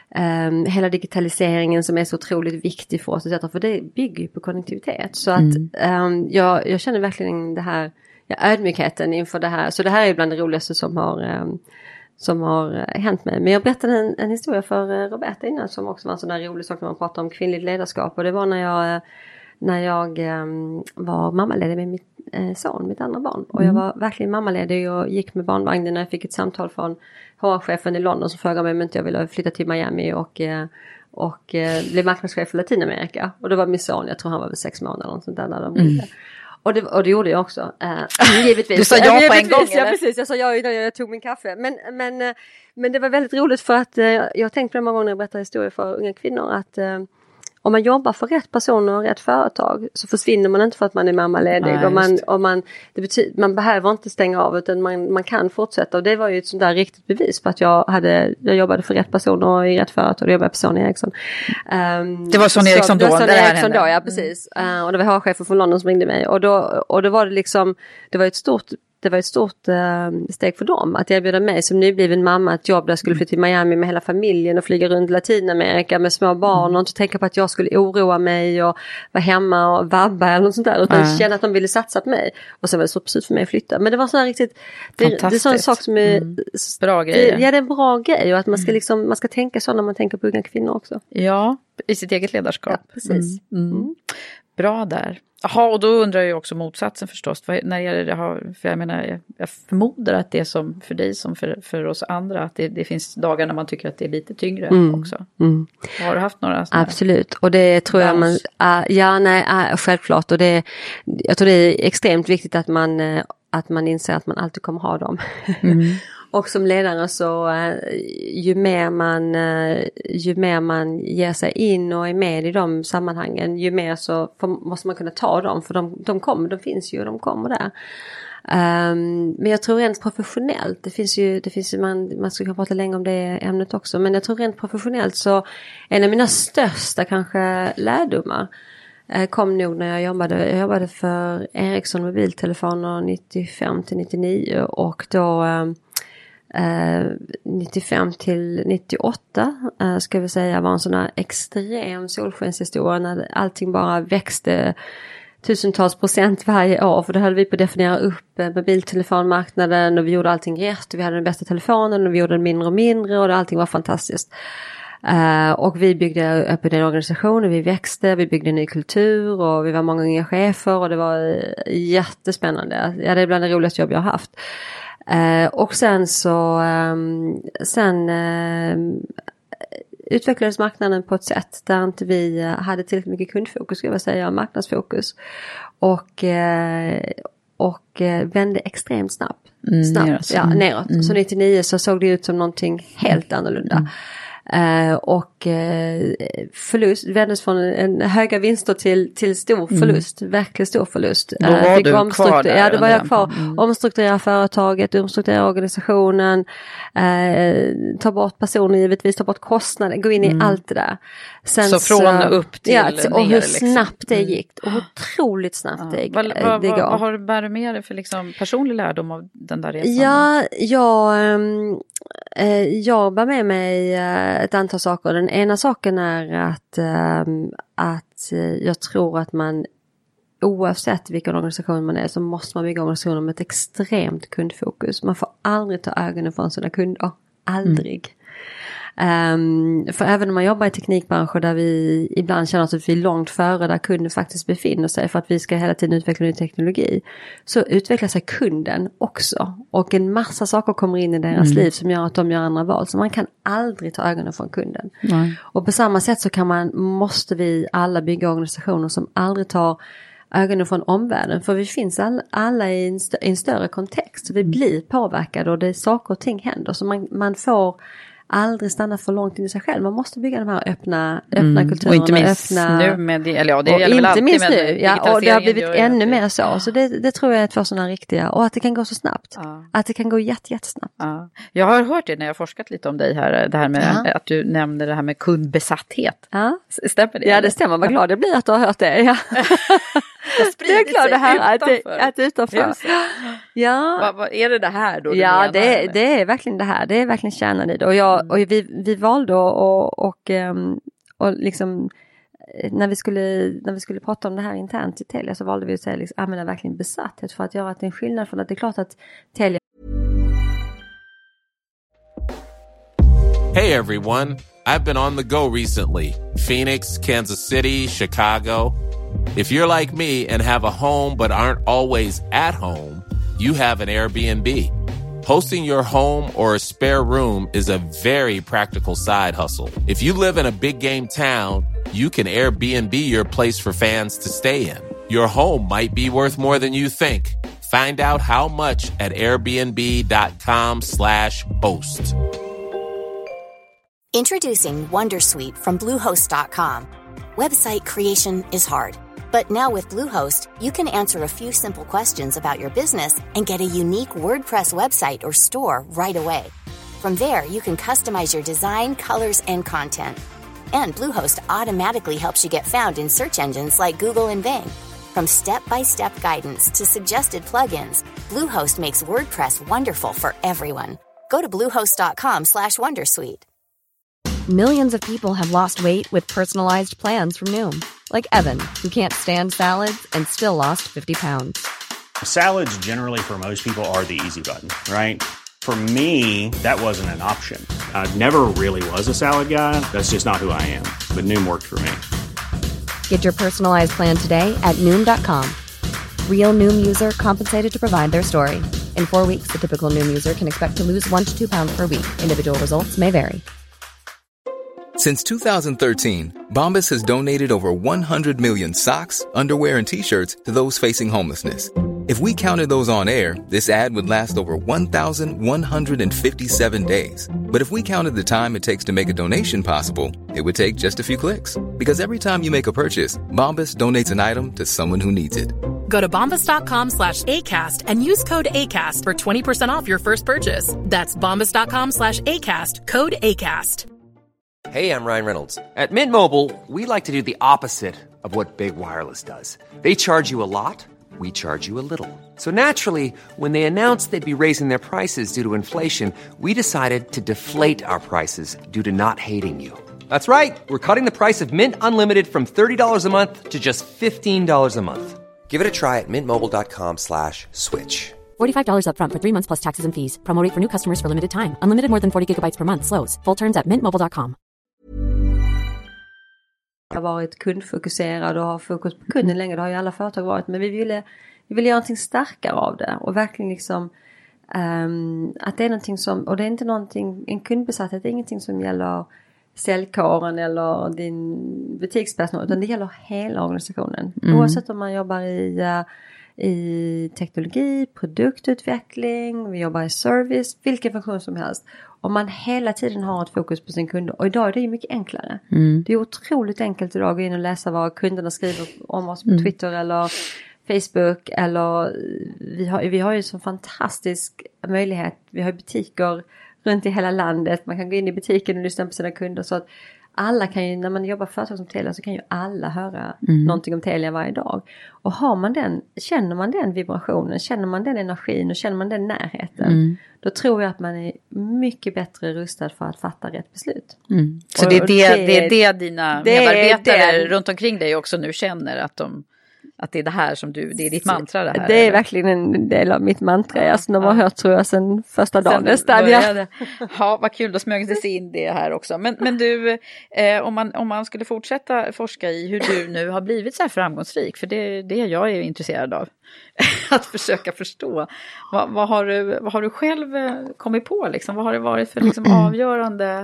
Um, hela digitaliseringen som är så otroligt viktig för oss, för det bygger ju på konnektivitet. Så att mm. um, jag, jag känner verkligen det här, ja, ödmjukheten inför det här. Så det här är bland det roligaste som har, um, som har uh, hänt mig. Men jag berättade en, en historia för uh, Roberta innan, som också var en sån där rolig sak när man pratar om kvinnligt ledarskap. Och det var när jag, uh, när jag um, var mammaledig med mitt uh, son, mitt andra barn. Och mm. jag var verkligen mammaledig och gick med barnvagnen när jag fick ett samtal från H R-chefen i London som frågade mig om inte jag ville flytta till Miami och, och bli marknadschef för Latinamerika. Och det var min son, jag tror han var väl sex månader eller något sånt där när de mm. och, det, och det gjorde jag också. Äh, givetvis. Du sa ja på en gång, ja, precis. Jag sa ja innan jag tog min kaffe. Men, men, men det var väldigt roligt för att jag har tänkt på det många gånger när jag berättar historier för unga kvinnor, att om man jobbar för rätt personer och rätt företag så försvinner man inte för att man är mammaledig. Nej, och man, och man, det betyder, man behöver inte stänga av, utan man, man kan fortsätta. Och det var ju ett sånt där riktigt bevis på att jag, hade, jag jobbade för rätt personer i rätt företag. Och jag jobbade på Sony Ericsson. Um, det var Sony Ericsson då? Det var Sony Ericsson då, ja, precis. Mm. Uh, och det var H R-chefen från London som ringde mig. Och då, och då var det liksom, det var ett stort det var ett stort eh, steg för dem att erbjuda mig som nybliven mamma ett jobb där jag skulle flytta till Miami med hela familjen och flyga runt Latinamerika med små barn mm. och inte tänka på att jag skulle oroa mig och vara hemma och vabba eller något sånt där, utan mm. känna att de ville satsa på mig. Och sen var det så precis för mig att flytta. Men det var så här riktigt, det, det är sån sak som är mm. bra grej. Ja, det är en bra grej och att man ska liksom, man ska tänka så när man tänker på unga kvinnor också. Ja, i sitt eget ledarskap. Ja, precis. Mm. Mm. Bra där. Jaha, och då undrar jag också motsatsen förstås. Vad, när det, det har, för jag menar, jag, jag förmodar att det är som för dig som för, för oss andra, att det, det finns dagar när man tycker att det är lite tyngre mm. också. Mm. Har du haft några sådana? Absolut, och det tror jag man, äh, ja nej, äh, självklart. Och det, jag tror det är extremt viktigt att man, äh, att man inser att man alltid kommer ha dem. Mm. Och som ledare så äh, ju mer man äh, ju mer man ger sig in och är med i de sammanhangen, ju mer så får, måste man kunna ta dem, för de, de kommer, de finns ju, de kommer där. Um, men jag tror rent professionellt, det finns ju, det finns ju man, man ska kunna prata länge om det ämnet också, men jag tror rent professionellt så en av mina största kanske lärdomar eh, kom nog när jag jobbade, jag jobbade för Ericsson mobiltelefoner nittiofem till nittionio och då eh, Uh, nittiofem till nittioåtta uh, ska vi säga var en sån här extrem solskenshistoria när allting bara växte tusentals procent varje år, för då höll vi på att definiera upp uh, mobiltelefonmarknaden och vi gjorde allting rätt och vi hade den bästa telefonen och vi gjorde den mindre och mindre och allting var fantastiskt. Uh, och vi byggde upp en organisation och vi växte, vi byggde en ny kultur och vi var många unga chefer och det var uh, jättespännande. Ja, det är bland det roligaste jobb jag har haft. Uh, och sen så um, sen uh, utvecklades marknaden på ett sätt där inte vi uh, hade tillräckligt mycket kundfokus, ska jag säga, marknadsfokus och uh, och uh, vände extremt snabbt, mm, snabbt neråt. ja, neråt. Mm. Så nittionio så såg det ut som någonting helt annorlunda. Mm. Uh, och uh, förlust vändes från en höga vinster till, till stor förlust, mm. verkligen stor förlust. Då var uh, du kvar där. Ja, då var jag kvar. Mm. Omstrukturera företaget, omstrukturera organisationen, uh, ta bort personer givetvis, ta bort kostnader, gå in mm. i allt det där. Sen så från så, upp till ja, ner, och hur liksom. snabbt det gick. Och otroligt snabbt ja. det gick. Vad, vad, vad, vad har du bär med dig för liksom personlig lärdom av den där resan? Ja, jag, um, uh, jag bär med mig uh, ett antal saker. Den ena saken är att, um, att uh, jag tror att man oavsett vilken organisation man är så måste man bygga organisationer med ett extremt kundfokus. Man får aldrig ta ögonen från sina kunder. Aldrig. Mm. Um, för även om man jobbar i teknikbranscher där vi ibland känner att vi är långt före där kunden faktiskt befinner sig för att vi ska hela tiden utveckla ny teknologi, så utvecklar sig kunden också och en massa saker kommer in i deras mm. liv som gör att de gör andra val, så man kan aldrig ta ögonen från kunden. Mm. Och på samma sätt så kan man, måste vi alla bygga organisationer som aldrig tar ögonen från omvärlden, för vi finns all, alla i en, st- i en större kontext, vi blir påverkade och det är saker och ting händer, så man, man får aldrig stanna för långt in i sig själv. Man måste bygga de här öppna, öppna mm. kulturerna. Och inte minst öppna, nu med det, eller ja, det gäller väl inte alltid minst med nu, ja, och det har blivit ännu mer så. Så det, det tror jag är två sådana riktiga, och att det kan gå så snabbt. Ja. Att det kan gå jätte, jättesnabbt. Ja. Jag har hört det när jag har forskat lite om dig här, det här med ja. att du nämner det här med kundbesatthet. Ja. Stämmer det? Ja, det stämmer. Vad glad jag blir att du har hört det. Ja. Det är klart det här utanför. Att, att utanför. Ja. Vad, vad är det det här då? Ja, menar, det, det är verkligen det här. Det är verkligen kärnan i det. Och, jag, mm. och vi, vi valde och, och, och liksom när vi skulle när vi skulle prata om det här internt i Telia, så valde vi att säga liksom, använda verkligen besatthet för att göra att det är en skillnad, för att det är klart att Telia. Hey everyone, I've been on the go recently. Phoenix, Kansas City, Chicago. If you're like me and have a home but aren't always at home, you have an Airbnb. Hosting your home or a spare room is a very practical side hustle. If you live in a big game town, you can Airbnb your place for fans to stay in. Your home might be worth more than you think. Find out how much at airbnb.com slash boast. Introducing Wondersuite from Bluehost dot com. Website creation is hard, but now with Bluehost, you can answer a few simple questions about your business and get a unique WordPress website or store right away. From there, you can customize your design, colors, and content. And Bluehost automatically helps you get found in search engines like Google and Bing. From step-by-step guidance to suggested plugins, Bluehost makes WordPress wonderful for everyone. Go to bluehost.com slash wondersuite. Millions of people have lost weight with personalized plans from Noom. Like Evan, who can't stand salads and still lost fifty pounds. Salads generally for most people are the easy button, right? For me, that wasn't an option. I never really was a salad guy. That's just not who I am. But Noom worked for me. Get your personalized plan today at Noom dot com. Real Noom user compensated to provide their story. In four weeks, the typical Noom user can expect to lose one to two pounds per week. Individual results may vary. Since two thousand thirteen, Bombas has donated over one hundred million socks, underwear, and T-shirts to those facing homelessness. If we counted those on air, this ad would last over one thousand one hundred fifty-seven days. But if we counted the time it takes to make a donation possible, it would take just a few clicks. Because every time you make a purchase, Bombas donates an item to someone who needs it. Go to bombas.com slash ACAST and use code ACAST for twenty percent off your first purchase. That's bombas.com slash ACAST, code ACAST. Hey, I'm Ryan Reynolds. At Mint Mobile, we like to do the opposite of what Big Wireless does. They charge you a lot, we charge you a little. So naturally, when they announced they'd be raising their prices due to inflation, we decided to deflate our prices due to not hating you. That's right. We're cutting the price of Mint Unlimited from thirty dollars a month to just fifteen dollars a month. Give it a try at mintmobile.com slash switch. forty-five dollars up front for three months plus taxes and fees. Promo rate for new customers for limited time. Unlimited more than forty gigabytes per month. Slows full terms at mint mobile dot com. Jag har varit kundfokuserad och har fokus på kunden länge. Det har ju alla företag varit. Men vi ville, vi ville göra någonting starkare av det. Och verkligen liksom um, att det är någonting som, och det är inte någonting, en kundbesatthet är ingenting som gäller säljkåren eller din butikspersonal, utan det gäller hela organisationen. Mm. Oavsett om man jobbar i, uh, i teknologi, produktutveckling, vi jobbar i service, vilken funktion som helst. Om man hela tiden har ett fokus på sin kund. Och idag är det ju mycket enklare. Mm. Det är otroligt enkelt idag att gå in och läsa vad kunderna skriver om oss på mm. Twitter eller Facebook. Eller vi har, vi har ju så fantastisk möjlighet. Vi har butiker runt i hela landet. Man kan gå in i butiken och lyssna på sina kunder. Så att alla kan ju, när man jobbar för företag som Telia, så kan ju alla höra mm. någonting om Telia varje dag. Och har man den, känner man den vibrationen, känner man den energin och känner man den närheten, mm. då tror jag att man är mycket bättre rustad för att fatta rätt beslut. Mm. Så och, det, är det, det, det är det dina det medarbetare det, runt omkring dig också nu känner, att de... Att det är det här som du, det är ditt mantra det här? Det är eller? Verkligen en del av mitt mantra. Ja, alltså, de har ja. hört, tror jag, sedan första dagen nästan. Ja. ja, vad kul, då smög det sig in det här också. Men, men du, eh, om, man, om man skulle fortsätta forska i hur du nu har blivit så här framgångsrik, för det, det jag är intresserad av. Att försöka förstå. Vad, vad, har du, vad har du själv kommit på? Liksom? Vad har det varit för liksom, avgörande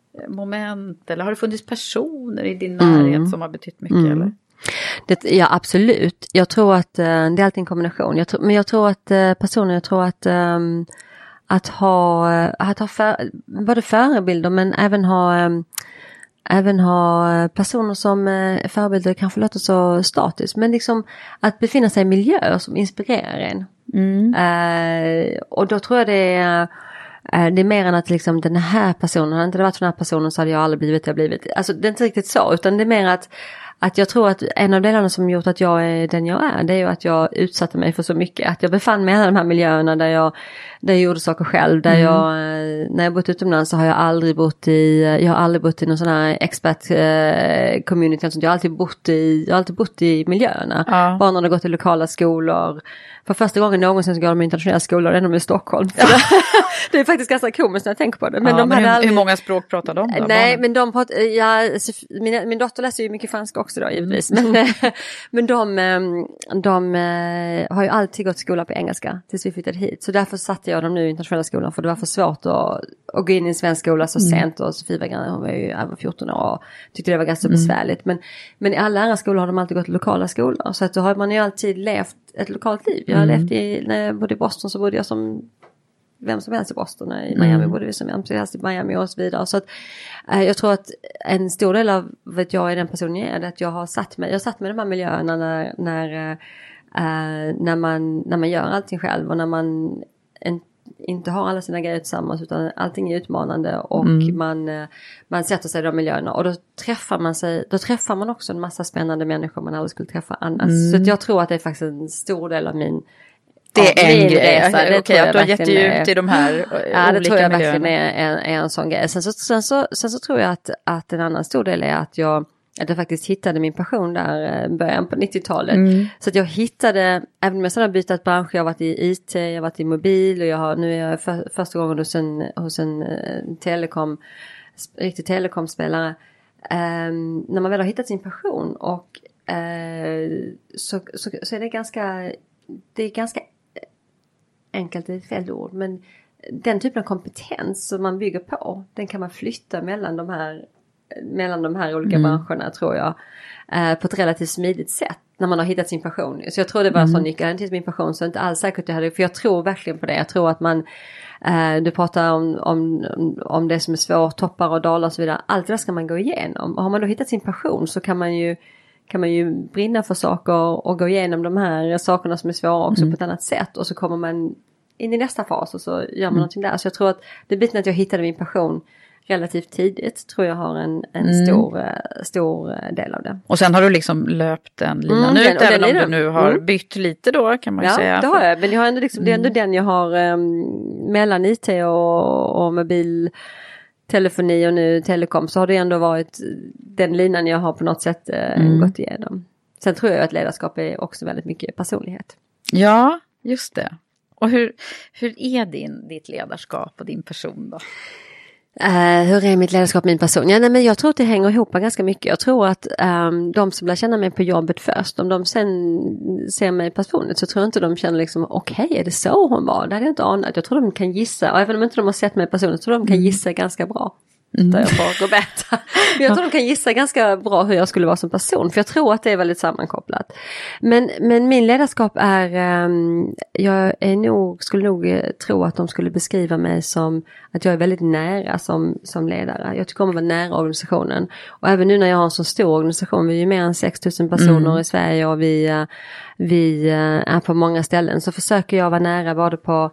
moment? Eller har det funnits personer i din närhet mm. som har betytt mycket? Mm. Eller? Det, ja, absolut. Jag tror att uh, det är alltid en kombination. Jag tro, men jag tror att uh, personer, jag tror att um, att ha, uh, att ha för, både förebilder men även ha um, även ha personer som uh, förebilder kanske låter så statiskt, men liksom att befinna sig i miljöer som inspirerar en. Mm. Uh, och då tror jag det är uh, det är mer än att liksom den här personen, hade inte det varit för den här personen så hade jag aldrig blivit det jag blivit. Alltså det är inte riktigt så, utan det är mer att Att jag tror att en av delarna som gjort att jag är den jag är, det är ju att jag utsatte mig för så mycket. Att jag befann mig i de här miljöerna där jag, där jag gjorde saker själv. Där mm. jag, när jag bott utomlands så har jag aldrig bott i, jag har aldrig bott i någon sån här expert eh, community. Jag har alltid bott i, jag har alltid bott i miljöerna. Ja. Barnen har gått i lokala skolor. För första gången någonsin så går de i internationella skolor, ändå i Stockholm. Ja. Det är faktiskt ganska komiskt när jag tänker på det. Men, ja, de men hur, aldrig... hur många språk pratar de då? Nej, barnen? men de pratar, ja, min, min dotter läser ju mycket franska också då, givetvis. Mm. Men, men de, de, de har ju alltid gått skola på engelska tills vi flyttade hit. Så därför satte jag dem nu i internationella skolan, för det var för svårt att, att gå in i en svensk skola så mm. sent. Och Sofie var, hon var ju över fjorton år och tyckte det var ganska mm. besvärligt. Men, men i alla andra skolor har de alltid gått i lokala skolor. Så att då har man ju alltid levt ett lokalt liv. Jag har mm. levt i, när jag bodde i Boston så bodde jag som vem som helst i Boston. I Miami mm. bodde vi som vem som helst i Miami och så vidare. Så att eh, jag tror att en stor del av vad jag är den personen jag är, att jag har satt mig, jag har satt mig i de här miljöerna när, när, eh, när, man, när man gör allting själv och när man en, inte har alla sina grejer tillsammans, utan allting är utmanande och mm. man, man sätter sig i de miljöerna och då träffar man sig, då träffar man också en massa spännande människor man aldrig skulle träffa annars. Mm. Så att jag tror att det är faktiskt en stor del av min Det är en grej. Resa, det Okej, att du har gett dig ut i de här olika Ja, det tror jag miljöerna. verkligen är en, är en sån grej. Sen så, sen, så, sen så tror jag att, att en annan stor del är att jag, att jag faktiskt hittade min passion där i början på nittiotalet. Mm. Så att jag hittade, även om jag sedan har bytt bransch, jag har varit i I T, jag har varit i mobil och jag har, nu är jag för, första gången hos en, hos en uh, telekom, riktig telekomspelare. Um, när man väl har hittat sin passion och uh, så, så, så är det ganska, det är ganska enkelt, det är fel ord, men den typen av kompetens som man bygger på, den kan man flytta mellan de här mellan de här olika mm. branscherna, tror jag, eh, på ett relativt smidigt sätt när man har hittat sin passion. Så jag tror det var en mm. sån nyckel. Jag hade inte hittat min passion, så inte alls säkert jag hade, för jag tror verkligen på det. Jag tror att man, eh, du pratar om, om, om det som är svårt, toppar och dalar och så vidare. Allt det där ska man gå igenom. Och har man då hittat sin passion så kan man ju kan man ju brinna för saker och gå igenom de här sakerna som är svåra också mm. på ett annat sätt. Och så kommer man in i nästa fas och så gör man mm. någonting där. Så jag tror att det biten att jag hittade min passion relativt tidigt tror jag har en, en mm. stor, stor del av det. Och sen har du liksom löpt den linan mm, ut, den, även om linan. Du nu har mm. bytt lite då, kan man ju ja, säga. Ja, det har jag. Men jag har ändå liksom, mm. det är ändå den jag har um, mellan I T och, och mobiltelefoni och nu telekom, så har det ändå varit den linan jag har på något sätt uh, mm. gått igenom. Sen tror jag att ledarskap är också väldigt mycket personlighet. Ja, just det. Och hur, hur är din, ditt ledarskap och din person då? Uh, hur är mitt ledarskap min person? Ja, nej, men jag tror att det hänger ihop ganska mycket. Jag tror att um, de som lär känna mig på jobbet först, om de sen ser mig personligt, så tror jag inte de känner liksom, okej, okay, är det så hon var? Det hade jag inte anat. Jag tror de kan gissa, och även om inte de har sett mig personligt, så tror de kan gissa ganska bra. Mm. Där jag får gå bättre. Men jag tror de kan gissa ganska bra hur jag skulle vara som person. För jag tror att det är väldigt sammankopplat. Men, men min ledarskap är, um, jag är nog, skulle nog tro att de skulle beskriva mig som att jag är väldigt nära som, som ledare. Jag tycker om att vara nära organisationen. Och även nu när jag har en så stor organisation, vi är ju mer än sex tusen personer mm. i Sverige och vi, uh, vi uh, är på många ställen, så försöker jag vara nära både på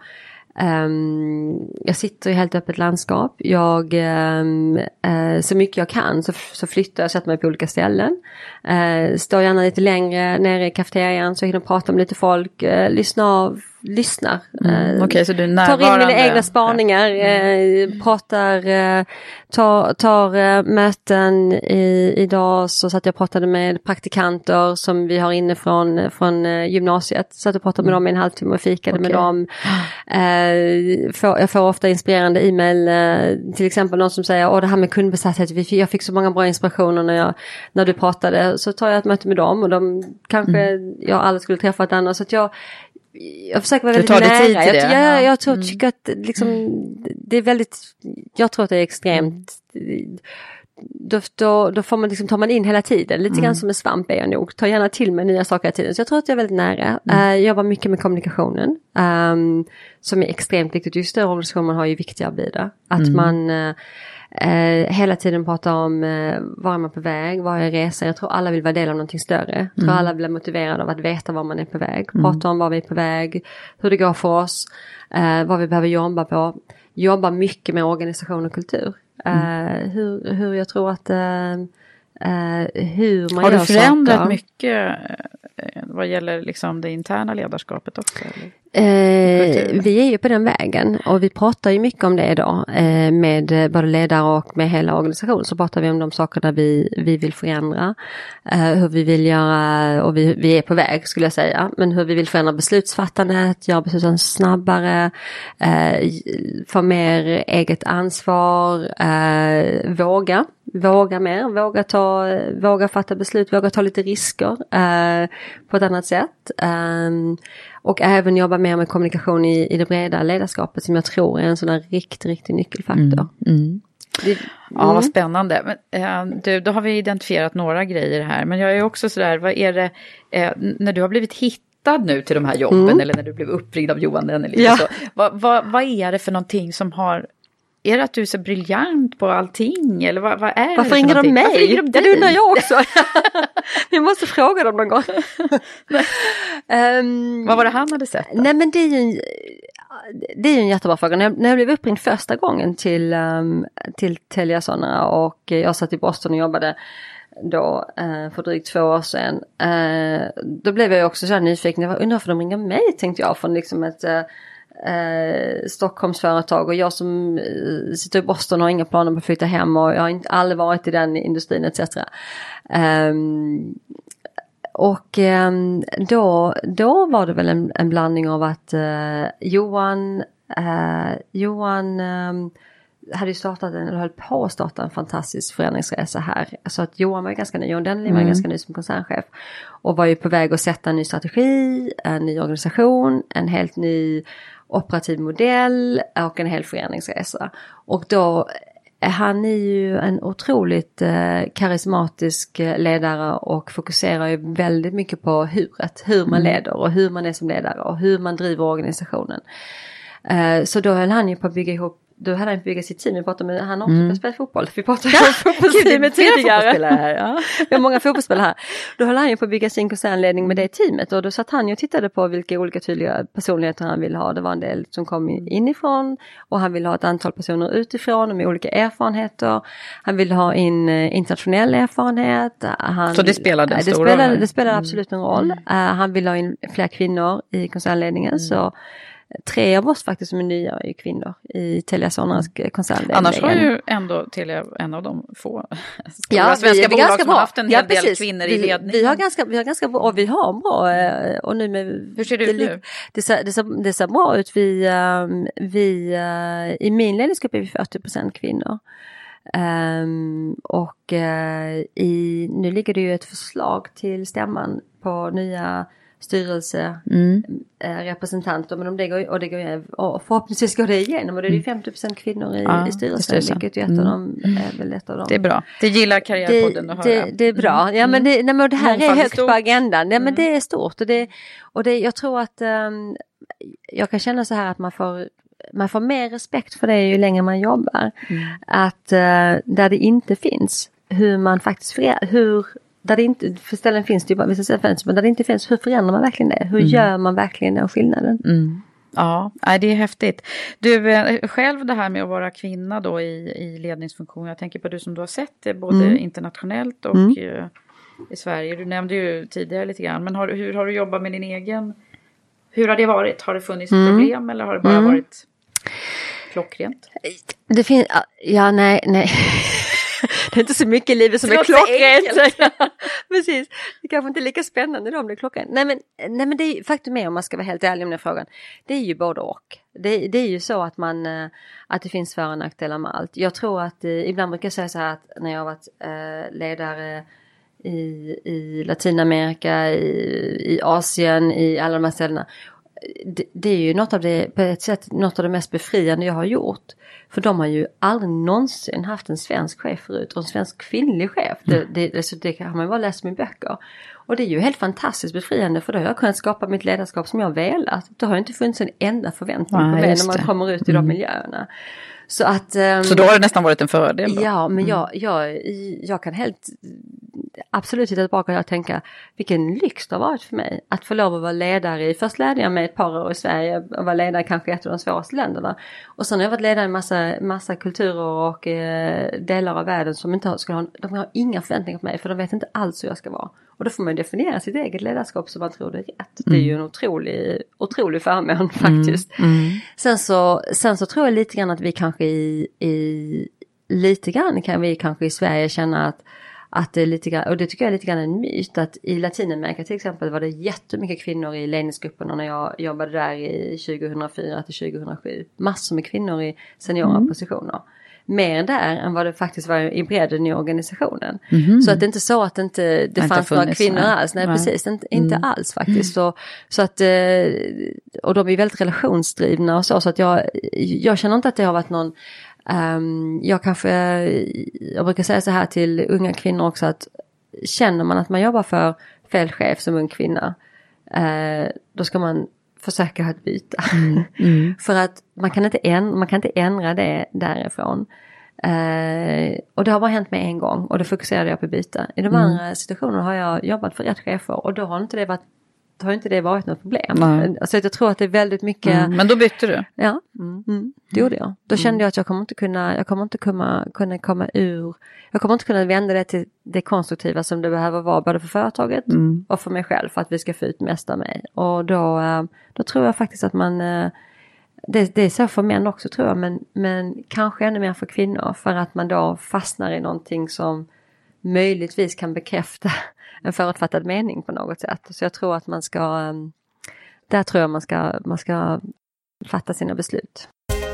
Um, jag sitter i helt öppet landskap. Jag um, uh, så mycket jag kan så, så flyttar jag, sätter mig på olika ställen. Uh, står gärna lite längre nere i kafeterian så jag hinner prata med lite folk, uh, lyssna av lyssnar. Mm, okay, så du är närvarande. Tar in mina egna spaningar, mm. eh, pratar, eh, tar, tar eh, möten. I, idag så satt jag och pratade med praktikanter som vi har inne från, från eh, gymnasiet. Så att jag pratade med dem i en halvtimme och fikade okay. med dem. Eh, får, jag får ofta inspirerande e-mail, eh, till exempel någon som säger, åh det här med kundbesatthet, jag fick så många bra inspirationer när, jag, när du pratade. Så tar jag ett möte med dem och de kanske, mm. jag aldrig skulle träffa ett annat. Så att jag Jag försöker vara väldigt nära. Tid till det. Jag, jag, jag tror, mm. tycker att liksom, det är väldigt, jag tror att det är extremt, då, då, då får man liksom, tar man in hela tiden. Lite mm. grann som en svamp är jag nog. Tar gärna till med nya saker hela tiden. Så jag tror att jag är väldigt nära. Mm. Uh, jag jobbar mycket med kommunikationen. Um, som är extremt viktigt. Just större organisationer har ju viktiga arbete. Att mm. man uh, Uh, hela tiden prata om uh, var är man på väg, var är resan. Jag tror alla vill vara del av någonting större. Jag tror mm. alla blir motiverade av att veta var man är på väg. Mm. Prata om var vi är på väg, hur det går för oss, uh, vad vi behöver jobba på. Jobba mycket med organisation och kultur. Uh, mm. hur, hur jag tror att uh, uh, hur man har gör du förändrat saker. Mycket vad gäller liksom det interna ledarskapet också? Eller? Eh, vi är ju på den vägen och vi pratar ju mycket om det idag eh, med både ledare och med hela organisationen. Så pratar vi om de sakerna vi, vi vill förändra, eh, hur vi vill göra, och vi, vi är på väg skulle jag säga, men hur vi vill förändra beslutsfattandet, göra besluten snabbare, eh, få mer eget ansvar, eh, våga våga mer, våga ta, våga fatta beslut, våga ta lite risker eh, på ett annat sätt. Um, och även jobba mer med kommunikation i, i det breda ledarskapet som jag tror är en sån här riktig, riktig nyckelfaktor. Mm. Mm. Det, mm. Ja, vad spännande. Men, eh, du, då har vi identifierat några grejer här. Men jag är också sådär, vad är det, eh, när du har blivit hittad nu till de här jobben mm. eller när du blev uppringd av Johan eller ja. så, vad, vad, vad är det för någonting som har... Är det att du är så briljant på allting? Eller vad, vad är Varför det ringer de mig? Varför ringer de dig? Det undrar jag också. Vi måste fråga dem någon gång. um, vad var det han hade sett då? Nej men det är ju en, det är ju en jättebra fråga. När jag, när jag blev uppringd första gången till, um, till Telia Sonera och jag satt i Boston och jobbade då eh, för drygt två år sedan. Eh, då blev jag också så här nyfiken. Jag var undrar för de ringer mig, tänkte jag, från liksom ett eh, eh, Stockholmsföretag. Och jag som eh, sitter i Boston har inga planer på att flytta hem. Och jag har inte aldrig varit i den industrin et cetera. Eh, och eh, då, då var det väl en, en blandning av att eh, Johan, eh, Johan eh, hade ju startat en, eller höll på att starta en fantastisk förändringsresa här. Så att Johan var ganska ny, och den var mm. ganska ny som koncernchef. Och var ju på väg att sätta en ny strategi, en ny organisation, en helt ny operativ modell och en hel förändringsresa. Och då är han ju en otroligt eh, karismatisk ledare och fokuserar ju väldigt mycket på huret. Hur man leder och hur man är som ledare och hur man driver organisationen. Eh, så då höll han ju på att bygga ihop. Då hade han byggt sitt team. Vi pratade med, han har också mm. spelat fotboll. Vi pratade ja, om fotbollsteamet tidigare. Här, ja. Vi har många fotbollsspelare här. Då höll han ju på att bygga sin koncernledning med det teamet. Och då satt han ju och tittade på vilka olika tydliga personligheter han ville ha. Det var en del som kom inifrån. Och han ville ha ett antal personer utifrån med olika erfarenheter. Han ville ha in internationell erfarenhet. Han, Så det spelade en det stor spelade, roll? Det spelade absolut en roll. Mm. Uh, han ville ha in fler kvinnor i koncernledningen. Mm. Så tre av oss faktiskt som är nya är kvinnor i Telia Soneras koncernledning. Annars var ju ändå Telia en av de få ja, svenska bolag som bra. har haft en ja, hel del precis. kvinnor vi, i ledningen. Vi har ganska, vi har ganska bra, och vi har bra. Och nu med, Hur ser det ut nu? Det ser, det, ser, det ser bra ut. Vi, vi, i min ledningsgrupp är vi fyrtio procent kvinnor. Um, och uh, i, nu ligger det ju ett förslag till stämman på nya styrelse mm. äh, representanter, men om det går, och det går, och förhoppningsvis går det igenom, och det är ju femtio procent kvinnor i, ja, i styrelsen, vilket är ett, mm. av dem, är väl ett av dem. Det är bra. Det gillar Karriärpodden att det, höra. Det, det är bra. Ja, men det, nej, men det här Mångfald är högt på agendan. Ja, men mm. det är stort, och det, och det, jag tror att um, jag kan känna så här att man får man får mer respekt för det ju längre man jobbar. Mm. Att uh, där det inte finns, hur man faktiskt förändrar, hur där det inte, för ställen finns det ju bara vissa ställen, men där det inte finns, hur förändrar man verkligen det? Hur mm. gör man verkligen den skillnaden? Mm. Ja, det är häftigt. Du, själv det här med att vara kvinna då i, i ledningsfunktion, jag tänker på du som du har sett det både mm. internationellt och mm. i Sverige. Du nämnde ju tidigare lite grann, men har, hur har du jobbat med din egen, hur har det varit? Har det funnits mm. problem eller har det bara mm. varit klockrent? Det finns, ja nej, nej. Det är inte så mycket i livet som är klockrent. Precis. Det kanske inte är lika spännande då om det är klockrent. Nej men, nej, men det är faktum är, om man ska vara helt ärlig om den frågan, det är ju både och. Det, det är ju så att man att det finns för- och nackdelar med allt. Jag tror att ibland brukar jag säga så här att när jag har varit eh, ledare i, i Latinamerika, i, i Asien, i alla de här ställena, det, det är ju något av det, på ett sätt, något av det mest befriande jag har gjort. För de har ju aldrig någonsin haft en svensk chef förut. Och en svensk kvinnlig chef. Det, det, det, det har man bara läst i böcker. Och det är ju helt fantastiskt befriande. För då har jag kunnat skapa mitt ledarskap som jag velat. Då har jag inte funnits en enda förväntning ja, på mig när man kommer ut i mm. de miljöerna. Så, att, um, så då har det nästan varit en fördel då? Ja, men mm. jag, jag, jag kan helt absolut titta tillbaka och tänka vilken lyx det har varit för mig att få lov att vara ledare i. Först ledde jag mig ett par år i Sverige och var ledare kanske i ett av de svåraste länderna. Och sen har jag varit ledare i massa, massa kulturer och eh, delar av världen som inte har, skulle ha, de har inga förväntningar på mig, för de vet inte alls hur jag ska vara. Och då får man definiera sitt eget ledarskap som man tror det är rätt. Mm. Det är ju en otrolig, otrolig förmån faktiskt. Mm. Mm. Sen, så, sen så tror jag lite grann att vi kanske i, i lite grann kan vi kanske i Sverige känna att Att det är lite grann, och det tycker jag är lite grann en myt, att i Latinamerika till exempel var det jättemycket kvinnor i ledningsgrupperna när jag jobbade där i tjugohundrafyra till tjugohundrasju. Massor med kvinnor i seniora mm. positioner. Mer där än vad det faktiskt var i bredden i organisationen. Mm. Så att det är inte så att det inte det fanns några kvinnor nej. alls. Nej, nej. precis. Inte, inte mm. alls faktiskt. Mm. Så, så att, och de är väldigt relationsdrivna och så. Så att jag, jag känner inte att det har varit någon... Um, jag kanske, jag brukar säga så här till unga kvinnor också, att känner man att man jobbar för fel chef som ung kvinna, uh, då ska man försöka att byta. Mm. Mm. För att man kan, inte ändra, man kan inte ändra det därifrån. Uh, och det har bara hänt mig en gång och då fokuserade jag på att byta. I de mm. andra situationerna har jag jobbat för rätt chefer och då har inte det varit har inte det varit något problem. Nej. Alltså jag tror att det är väldigt mycket... Mm, men då bytte du? Ja, mm. Mm, det gjorde jag. Då kände jag att jag kommer inte kunna, jag kommer inte kunna, kunna komma ur, jag kommer inte kunna vända det till det konstruktiva som det behöver vara både för företaget mm. och för mig själv för att vi ska få ut mest av mig. Och då, då tror jag faktiskt att man, det, det är så för män också tror jag, men, men kanske ännu mer för kvinnor för att man då fastnar i någonting som möjligtvis kan bekräfta en förutfattad mening på något sätt. Så jag tror att man ska, där tror jag man ska, man ska fatta sina beslut.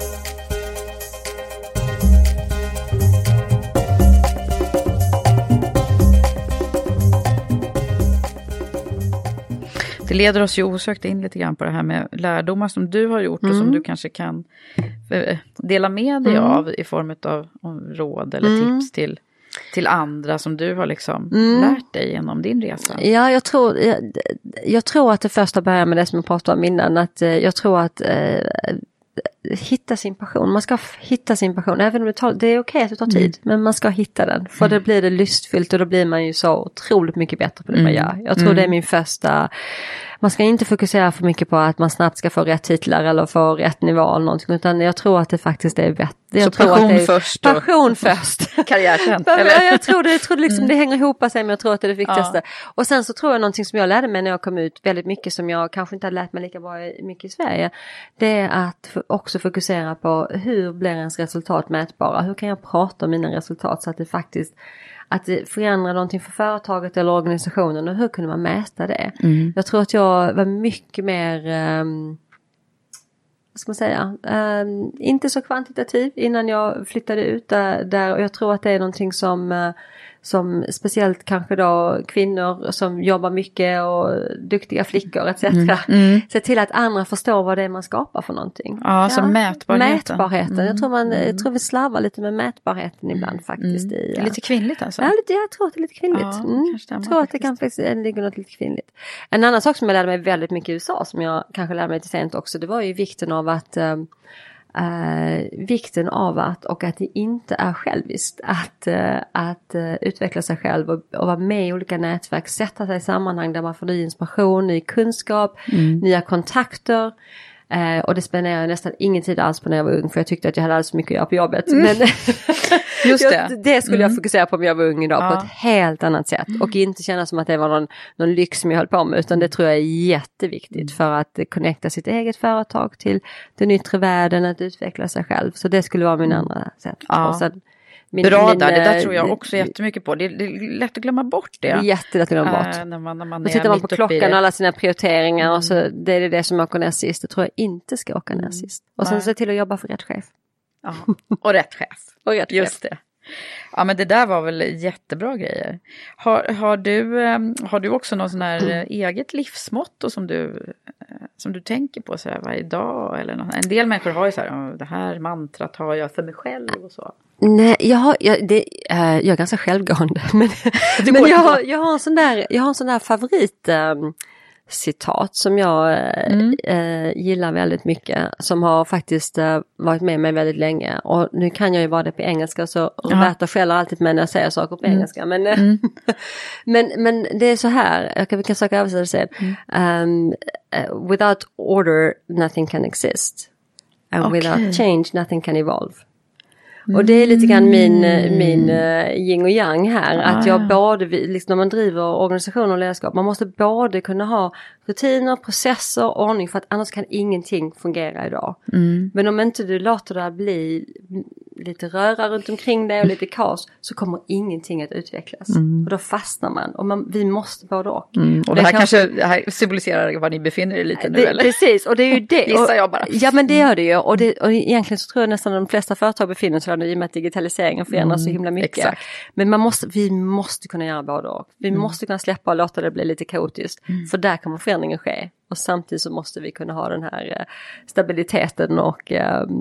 Det leder oss ju osökt in lite grann på det här med lärdomar som du har gjort mm. och som du kanske kan dela med dig mm. av i form av råd eller mm. tips till till andra som du har liksom mm. lärt dig genom din resa? Ja, jag tror, jag, jag tror att det första börjar med det som jag pratade om innan. Att, jag tror att eh, hitta sin passion. Man ska hitta sin passion. Även om det, tar, det är okej att det tar tid. Mm. Men man ska hitta den. För mm. då blir det lystfyllt och då blir man ju så otroligt mycket bättre på det mm. man gör. Jag tror mm. det är min första... Man ska inte fokusera för mycket på att man snabbt ska få rätt titlar eller få rätt nivå eller någonting. Utan jag tror att det faktiskt är bättre. Jag så tror passion att det är, först? Passion först. Karriär sen? Eller? Jag tror det, jag tror det, liksom, mm. det hänger ihop sig, men jag tror att det är det viktigaste. Ja. Och sen så tror jag någonting som jag lärde mig när jag kom ut väldigt mycket som jag kanske inte hade lärt mig lika bra mycket i Sverige. Det är att också fokusera på hur blir ens resultat mätbara? Hur kan jag prata om mina resultat så att det faktiskt att det förändrar någonting för företaget eller organisationen och hur kunde man mäta det? Mm. Jag tror att jag var mycket mer, um, vad ska man säga, um, inte så kvantitativ innan jag flyttade ut där, där och jag tror att det är någonting som, uh, som speciellt kanske då kvinnor som jobbar mycket och duktiga flickor et cetera. Mm. Mm. Se till att andra förstår vad det är man skapar för någonting. Ja, ja. Som mätbarheten. Mätbarheten. Mm. Jag tror man, mm. jag tror vi slarvar lite med mätbarheten ibland faktiskt. Mm. I, det är lite kvinnligt alltså? Ja, lite, jag tror att det är lite kvinnligt. Ja, mm. Jag tror att det kan faktiskt ligga något lite kvinnligt. En annan sak som jag lärde mig väldigt mycket i U S A som jag kanske lärde mig lite sent också, det var ju vikten av att um, Uh, vikten av att och att det inte är själviskt att, uh, att uh, utveckla sig själv och, och vara med i olika nätverk, sätta sig i sammanhang där man får ny inspiration, ny kunskap, mm. nya kontakter. Uh, och det spenderade jag nästan ingen tid alls på när jag var ung för jag tyckte att jag hade alldeles så mycket att göra på jobbet. Mm. Men just det. jag, det skulle mm. jag fokusera på om jag var ung idag ja. på ett helt annat sätt. Mm. Och inte känna som att det var någon, någon lyx som jag höll på med utan det tror jag är jätteviktigt mm. för att connecta sitt eget företag till den yttre världen, att utveckla sig själv. Så det skulle vara min mm. andra sätt. Ja. Och sen, Min, Bra min, där, det där tror jag också jättemycket på. Det är, det är lätt att glömma bort det. Det är jättelätt att glömma bort. Äh, när man, när man Då tittar man på klockan och alla sina prioriteringar mm. och så det är det, det som åker ner sist. Det tror jag inte ska åka ner mm. sist. Och sen se till att jobba för rätt chef. Ja. Och rätt chef. och rätt Just chef. det. Ja men det där var väl jättebra grejer. Har, har, du, har du också någon sån här mm. eget livsmotto som du, som du tänker på så här varje dag? Eller något? En del människor har ju så här, det här mantrat har jag för mig själv och så. Nej, jag, har, jag, det, äh, jag är ganska självgående. Men, men jag, har, jag, har en sån där, jag har en sån där favorit... Um, citat som jag mm. äh, gillar väldigt mycket som har faktiskt äh, varit med mig väldigt länge och nu kan jag ju vara det på engelska så Roberta skäller alltid med när jag säger saker på mm. engelska men, mm. men, men det är så här jag kan, vi kan söka översätta sen mm. um, uh, without order nothing can exist and okay. without change nothing can evolve. Mm. Och det är lite grann min, min uh, yin och yang här. Ah, att jag både, liksom när man driver organisation och ledarskap, man måste både kunna ha rutiner, processer, ordning för att annars kan ingenting fungera idag. Mm. Men om inte du låter det bli lite röra runt omkring dig och lite kaos så kommer ingenting att utvecklas. Mm. Och då fastnar man. Och man, vi måste både och. Mm. Och, och det, här kanske, kanske det här symboliserar var ni befinner er lite nu det, eller? Precis, och det är ju det. Gissar jag bara. Ja men det gör det ju. Och, det, och egentligen så tror jag nästan de flesta företag befinner sig där i och med att digitaliseringen förändras mm. så himla mycket. Exakt. Men man måste, vi måste kunna göra både och. Vi mm. måste kunna släppa och låta det bli lite kaotiskt. Mm. För där kommer förändringen ske. Och samtidigt så måste vi kunna ha den här stabiliteten och um,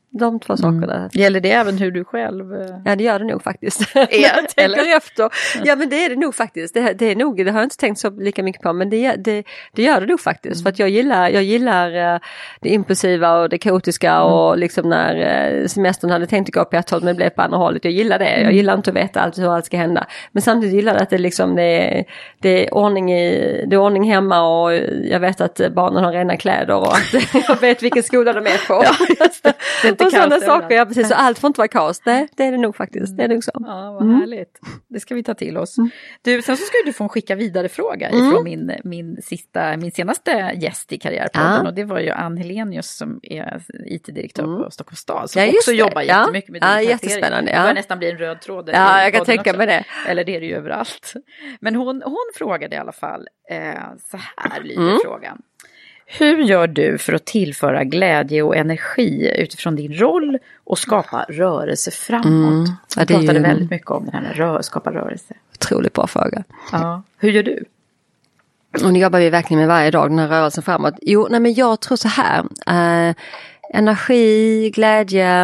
De två Mm. sakerna. Gäller det även hur du själv... Ja, det gör det nog faktiskt. Ja, jag tänker eller? efter. Ja, men det är det nog faktiskt. Det, det är nog, det har jag inte tänkt så lika mycket på, men det, det, det gör det nog faktiskt. Mm. För att jag gillar, jag gillar uh, det impulsiva och det kaotiska mm. och liksom när uh, semestern hade tänkt att gå på ett håll men det blev på andra hållet. Jag gillar det. Mm. Jag gillar inte att veta allt hur allt ska hända. Men samtidigt gillar jag att det liksom det är, det är ordning i, det är ordning hemma och jag vet att barnen har rena kläder och att jag vet vilken skola de är på. Ja, just det. Det är inte och sådana kaos saker, ja precis. Så allt får inte vara kaos. Nej, det är det nog faktiskt. Det är nog så. Ja, vad mm. härligt. Det ska vi ta till oss. Mm. Du, sen så ska du få en skicka vidare fråga mm. ifrån min, min, sista, min senaste gäst i Karriärpodden. Ja. Och det var ju Ann Helenius som är I T-direktör mm. på Stockholms stad. Som ja, också det. jobbar ja. jättemycket med digitalisering. Ja, jättespännande. Ja. Det börjar nästan bli en röd tråd. Ja, jag kan tänka mig det. Eller det är det ju överallt. Men hon, hon frågade i alla fall, eh, så här lyder mm. frågan. Hur gör du för att tillföra glädje och energi utifrån din roll och skapa rörelse framåt? Mm. Ja, det pratade ju... väldigt mycket om den här med rö- skapa rörelse. Otroligt bra fråga. Ja. Hur gör du? Och nu jobbar vi verkligen med varje dag den här rörelsen framåt. Jo, nej men jag tror så här. Eh, energi, glädje,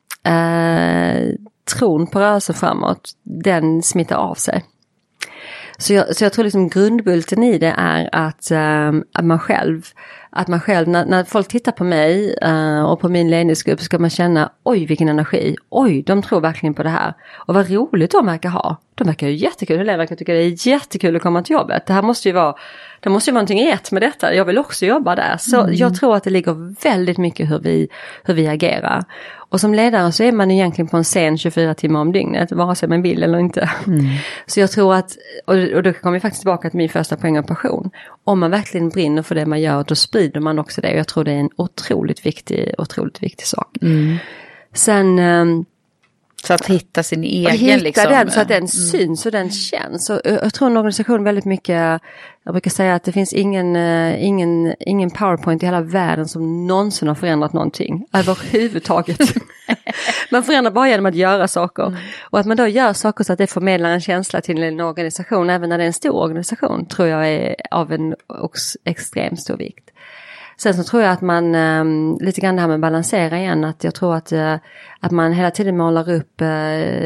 eh, tron på rörelsen framåt, den smittar av sig. Så jag, så jag tror liksom grundbulten i det är att, um, att man själv, att man själv när, när folk tittar på mig uh, och på min ledningsgrupp ska man känna, oj vilken energi, oj de tror verkligen på det här. Och vad roligt de verkar ha. De verkar ju jättekul, Helena verkar tycka det är jättekul att komma till jobbet. Det här måste ju vara, det måste ju vara någonting rätt med detta. Jag vill också jobba där. Så mm. jag tror att det ligger väldigt mycket hur vi, hur vi agerar. Och som ledare så är man egentligen på en scen tjugofyra timmar om dygnet, vare sig man vill eller inte. Mm. Så jag tror att, och, och då kommer vi faktiskt tillbaka till min första poäng av passion. Om man verkligen brinner för det man gör, då sprider man också det. Och jag tror det är en otroligt viktig, otroligt viktig sak. Mm. Sen... Um, Så att hitta sin egen hitta liksom. Den så att den mm. syns och den känns. Och jag tror en organisation väldigt mycket, jag brukar säga att det finns ingen, ingen, ingen PowerPoint i hela världen som någonsin har förändrat någonting. Överhuvudtaget. Man förändrar bara genom att göra saker. Mm. Och att man då gör saker så att det förmedlar en känsla till en organisation, även när det är en stor organisation, tror jag är av en extremt stor vikt. Sen så tror jag att man um, lite grann det här med balansera igen, att jag tror att, uh, att man hela tiden målar upp uh,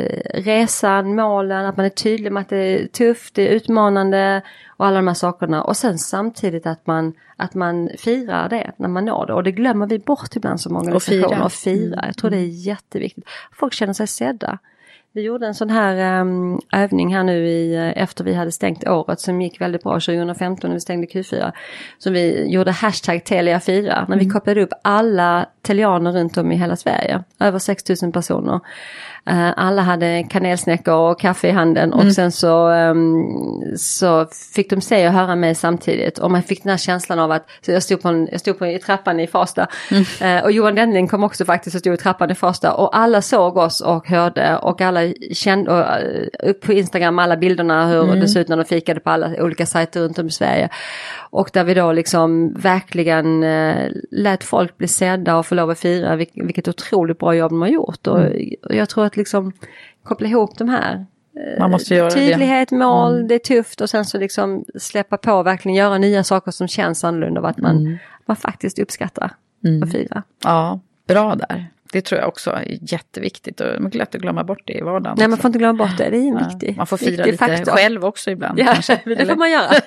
resan, målen, att man är tydlig med att det är tufft, det är utmanande och alla de här sakerna. Och sen samtidigt att man, att man firar det när man når det. Och det glömmer vi bort ibland som organisation. Och fira. Och fira. Jag tror det är jätteviktigt. Folk känner sig sedda. Vi gjorde en sån här um, övning här nu i, efter vi hade stängt året som gick väldigt bra tjugohundrafemton när vi stängde Q fyra. Så vi gjorde hashtag Telia fyra när vi mm. kopplade upp alla telianer runt om i hela Sverige. Över sex tusen personer. Uh, alla hade kanelsnäckor och kaffe i handen mm. och sen så, um, så fick de se och höra mig samtidigt. Och man fick den här känslan av att så jag stod på, en, jag stod på i trappan i Farsta mm. uh, och Johan Denning kom också faktiskt och stod i trappan i Farsta och alla såg oss och hörde och alla kände och, uh, upp på Instagram alla bilderna hur mm. det såg ut när de fikade på alla olika sajter runt om i Sverige. Och där vi då liksom verkligen uh, lät folk bli sedda och få lov att fira vil- vilket otroligt bra jobb de har gjort. Och, mm. och jag tror att liksom koppla ihop de här. Man måste göra tydlighet, det. mål, mm. det är tufft och sen så liksom släppa på verkligen göra nya saker som känns annorlunda och att man, mm. man faktiskt uppskattar mm. och fira. Ja, bra där. Det tror jag också är jätteviktigt och det är lätt att glömma bort det i vardagen. Nej, man får inte glömma bort det. Det är en ja, viktig Man får fira lite faktor. Själv också ibland. Ja, kanske. det Eller? får man göra.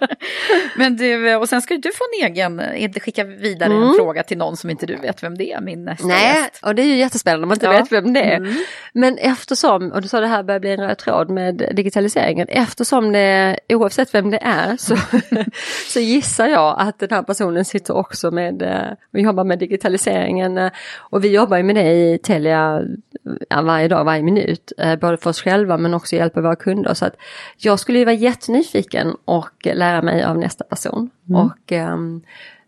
Men du, och sen ska du få en egen, inte skicka vidare mm. en fråga till någon som inte du vet vem det är, min nästa Nej, gäst. och det är ju jättespännande om man inte ja. vet vem det är. Mm. Men eftersom, och du sa det här börjar bli en röd tråd med digitaliseringen, eftersom det, oavsett vem det är, så, så gissar jag att den här personen sitter också med, vi jobbar med digitaliseringen och vi jobbar ju med det i Telia varje dag, varje minut, både för oss själva men också hjälpa våra kunder. Så att jag skulle ju vara jättenyfiken och lära mig av nästa person. Mm. Och um,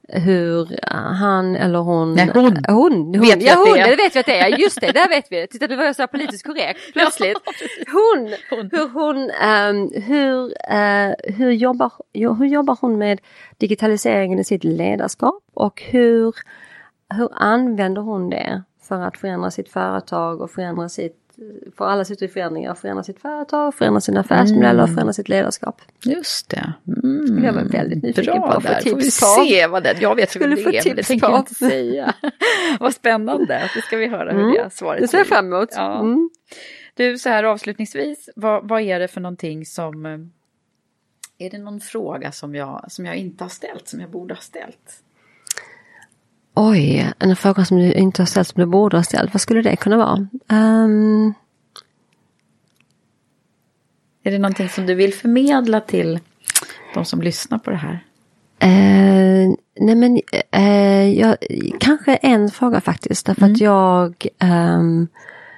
hur han eller hon... Nej, hon. Hon, hon. Vet ja, hon, det, det vet vi att det är. Just det, där vet vi. Titta, du var jag så politiskt korrekt. Plötsligt. Hon, hon. Hur hon... Um, hur, uh, hur, jobbar, hur jobbar hon med digitaliseringen i sitt ledarskap? Och hur, hur använder hon det för att förändra sitt företag och förändra sitt, får alla sitta i förändringar, förändra sitt företag, förändra sina affärsmodeller, mm. förändra sitt ledarskap. Just det. Mm. Jag var väldigt nyfiken Bra på att få där. tips Får vi på. se vad det jag vet Skulle det få är, men det tips tänker på. jag inte säga. Vad spännande, det ska vi höra hur Mm. det är svaret. Det ser jag fram emot. Ja. Mm. Du, så här avslutningsvis, vad, vad är det för någonting som, är det någon fråga som jag, som jag inte har ställt, som jag borde ha ställt? Oj, en fråga som du inte har ställt som du borde ha ställt. Vad skulle det kunna vara? Um... Är det någonting som du vill förmedla till de som lyssnar på det här? Uh, nej men, uh, jag, kanske en fråga faktiskt. Därför mm. att jag um,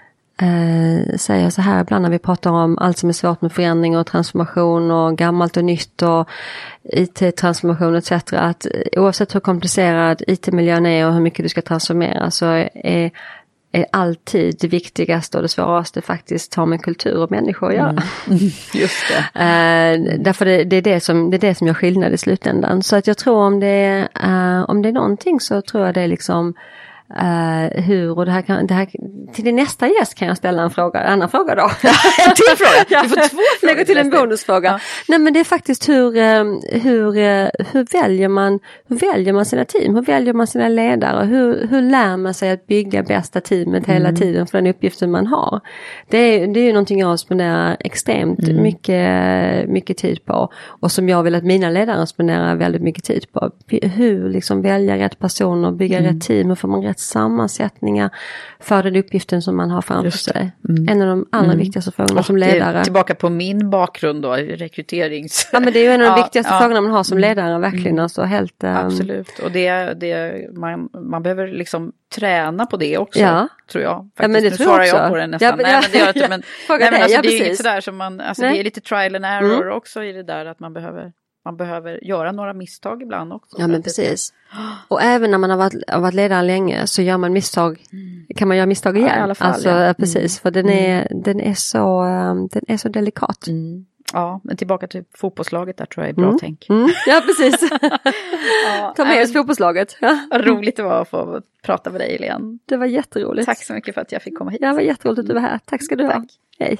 uh, säger så här ibland när vi pratar om allt som är svårt med förändring och transformation och gammalt och nytt och I T-transformation et cetera. Att oavsett hur komplicerad I T-miljön är och hur mycket du ska transformera så är, är alltid det viktigaste och det svåraste faktiskt har med kultur och människor att göra. Mm. Just det. uh, därför det, det, är det, som, det är det som gör skillnad i slutändan. Så att jag tror om det, uh, om det är någonting så tror jag det är liksom Uh, hur, och det här, kan, det här till din nästa gäst kan jag ställa en fråga, en annan fråga då. En till fråga? Du får två frågor. Lägger till en bonusfråga. Ja. Nej men det är faktiskt hur, hur, hur, väljer man, hur väljer man sina team? Hur väljer man sina ledare? Hur, hur lär man sig att bygga bästa teamet hela mm. tiden för den uppgiften man har? Det är, det är ju någonting jag spenderar extremt mm. mycket, mycket tid på och som jag vill att mina ledare spenderar väldigt mycket tid på. Hur liksom välja rätt personer, bygga mm. rätt team, hur får man rätt sammansättningar för den uppgiften som man har framför sig. Mm. En av de allra mm. viktigaste frågorna oh, som ledare. Tillbaka på min bakgrund då, rekryterings... Ja men det är ju en av de ja, viktigaste ja. frågorna man har som ledare, verkligen. Mm. Alltså helt, um... Absolut, och det, det, man, man behöver liksom träna på det också, ja. tror jag. Faktiskt, ja men det nu tror svarar jag, jag på det nästan. Ja, men, nej, men det gör inte, men, nej, men det, alltså, ja, det är ju precis. inget sådär som man, alltså det är lite trial and error mm. också i det där att man behöver Man behöver göra några misstag ibland också. Ja men precis. Och även när man har varit, har varit ledare länge så gör man misstag. Mm. Kan man göra misstag igen. Ja, i alla fall, alltså ja. precis. Mm. För den är, den är så den är så delikat. Mm. Ja, men tillbaka till fotbollslaget där tror jag är bra mm. tänk. Mm. Ja precis. ja, Ta med oss fotbollslaget. Ja. Vad roligt det var att få prata med dig Helene. Det var jätteroligt. Tack så mycket för att jag fick komma hit. Ja, det var jätteroligt att du var här. Tack ska du ha. Tack. Hej.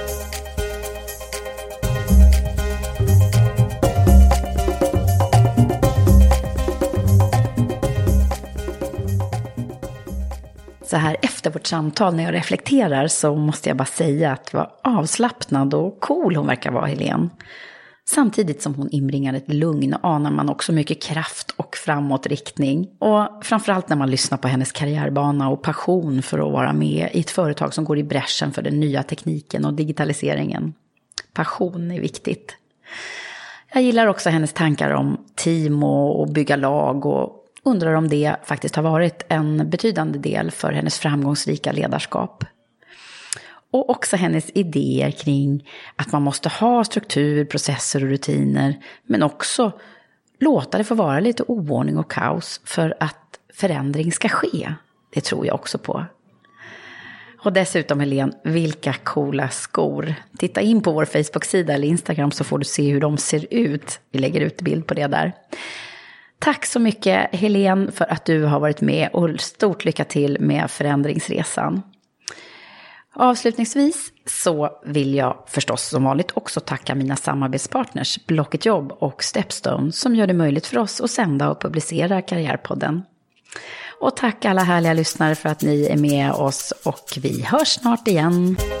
Så här efter vårt samtal när jag reflekterar så måste jag bara säga att vad avslappnad och cool hon verkar vara, Helene. Samtidigt som hon inbringar ett lugn anar man också mycket kraft och framåtriktning. Och framförallt när man lyssnar på hennes karriärbana och passion för att vara med i ett företag som går i bräschen för den nya tekniken och digitaliseringen. Passion är viktigt. Jag gillar också hennes tankar om team och, och bygga lag och undrar om det faktiskt har varit en betydande del för hennes framgångsrika ledarskap. Och också hennes idéer kring att man måste ha struktur, processer och rutiner. Men också låta det få vara lite oordning och kaos för att förändring ska ske. Det tror jag också på. Och dessutom Helene, vilka coola skor. Titta in på vår Facebook-sida eller Instagram så får du se hur de ser ut. Vi lägger ut bild på det där. Tack så mycket Helene för att du har varit med och stort lycka till med förändringsresan. Avslutningsvis så vill jag förstås som vanligt också tacka mina samarbetspartners Blocket Jobb och Stepstone som gör det möjligt för oss att sända och publicera Karriärpodden. Och tack alla härliga lyssnare för att ni är med oss och vi hörs snart igen.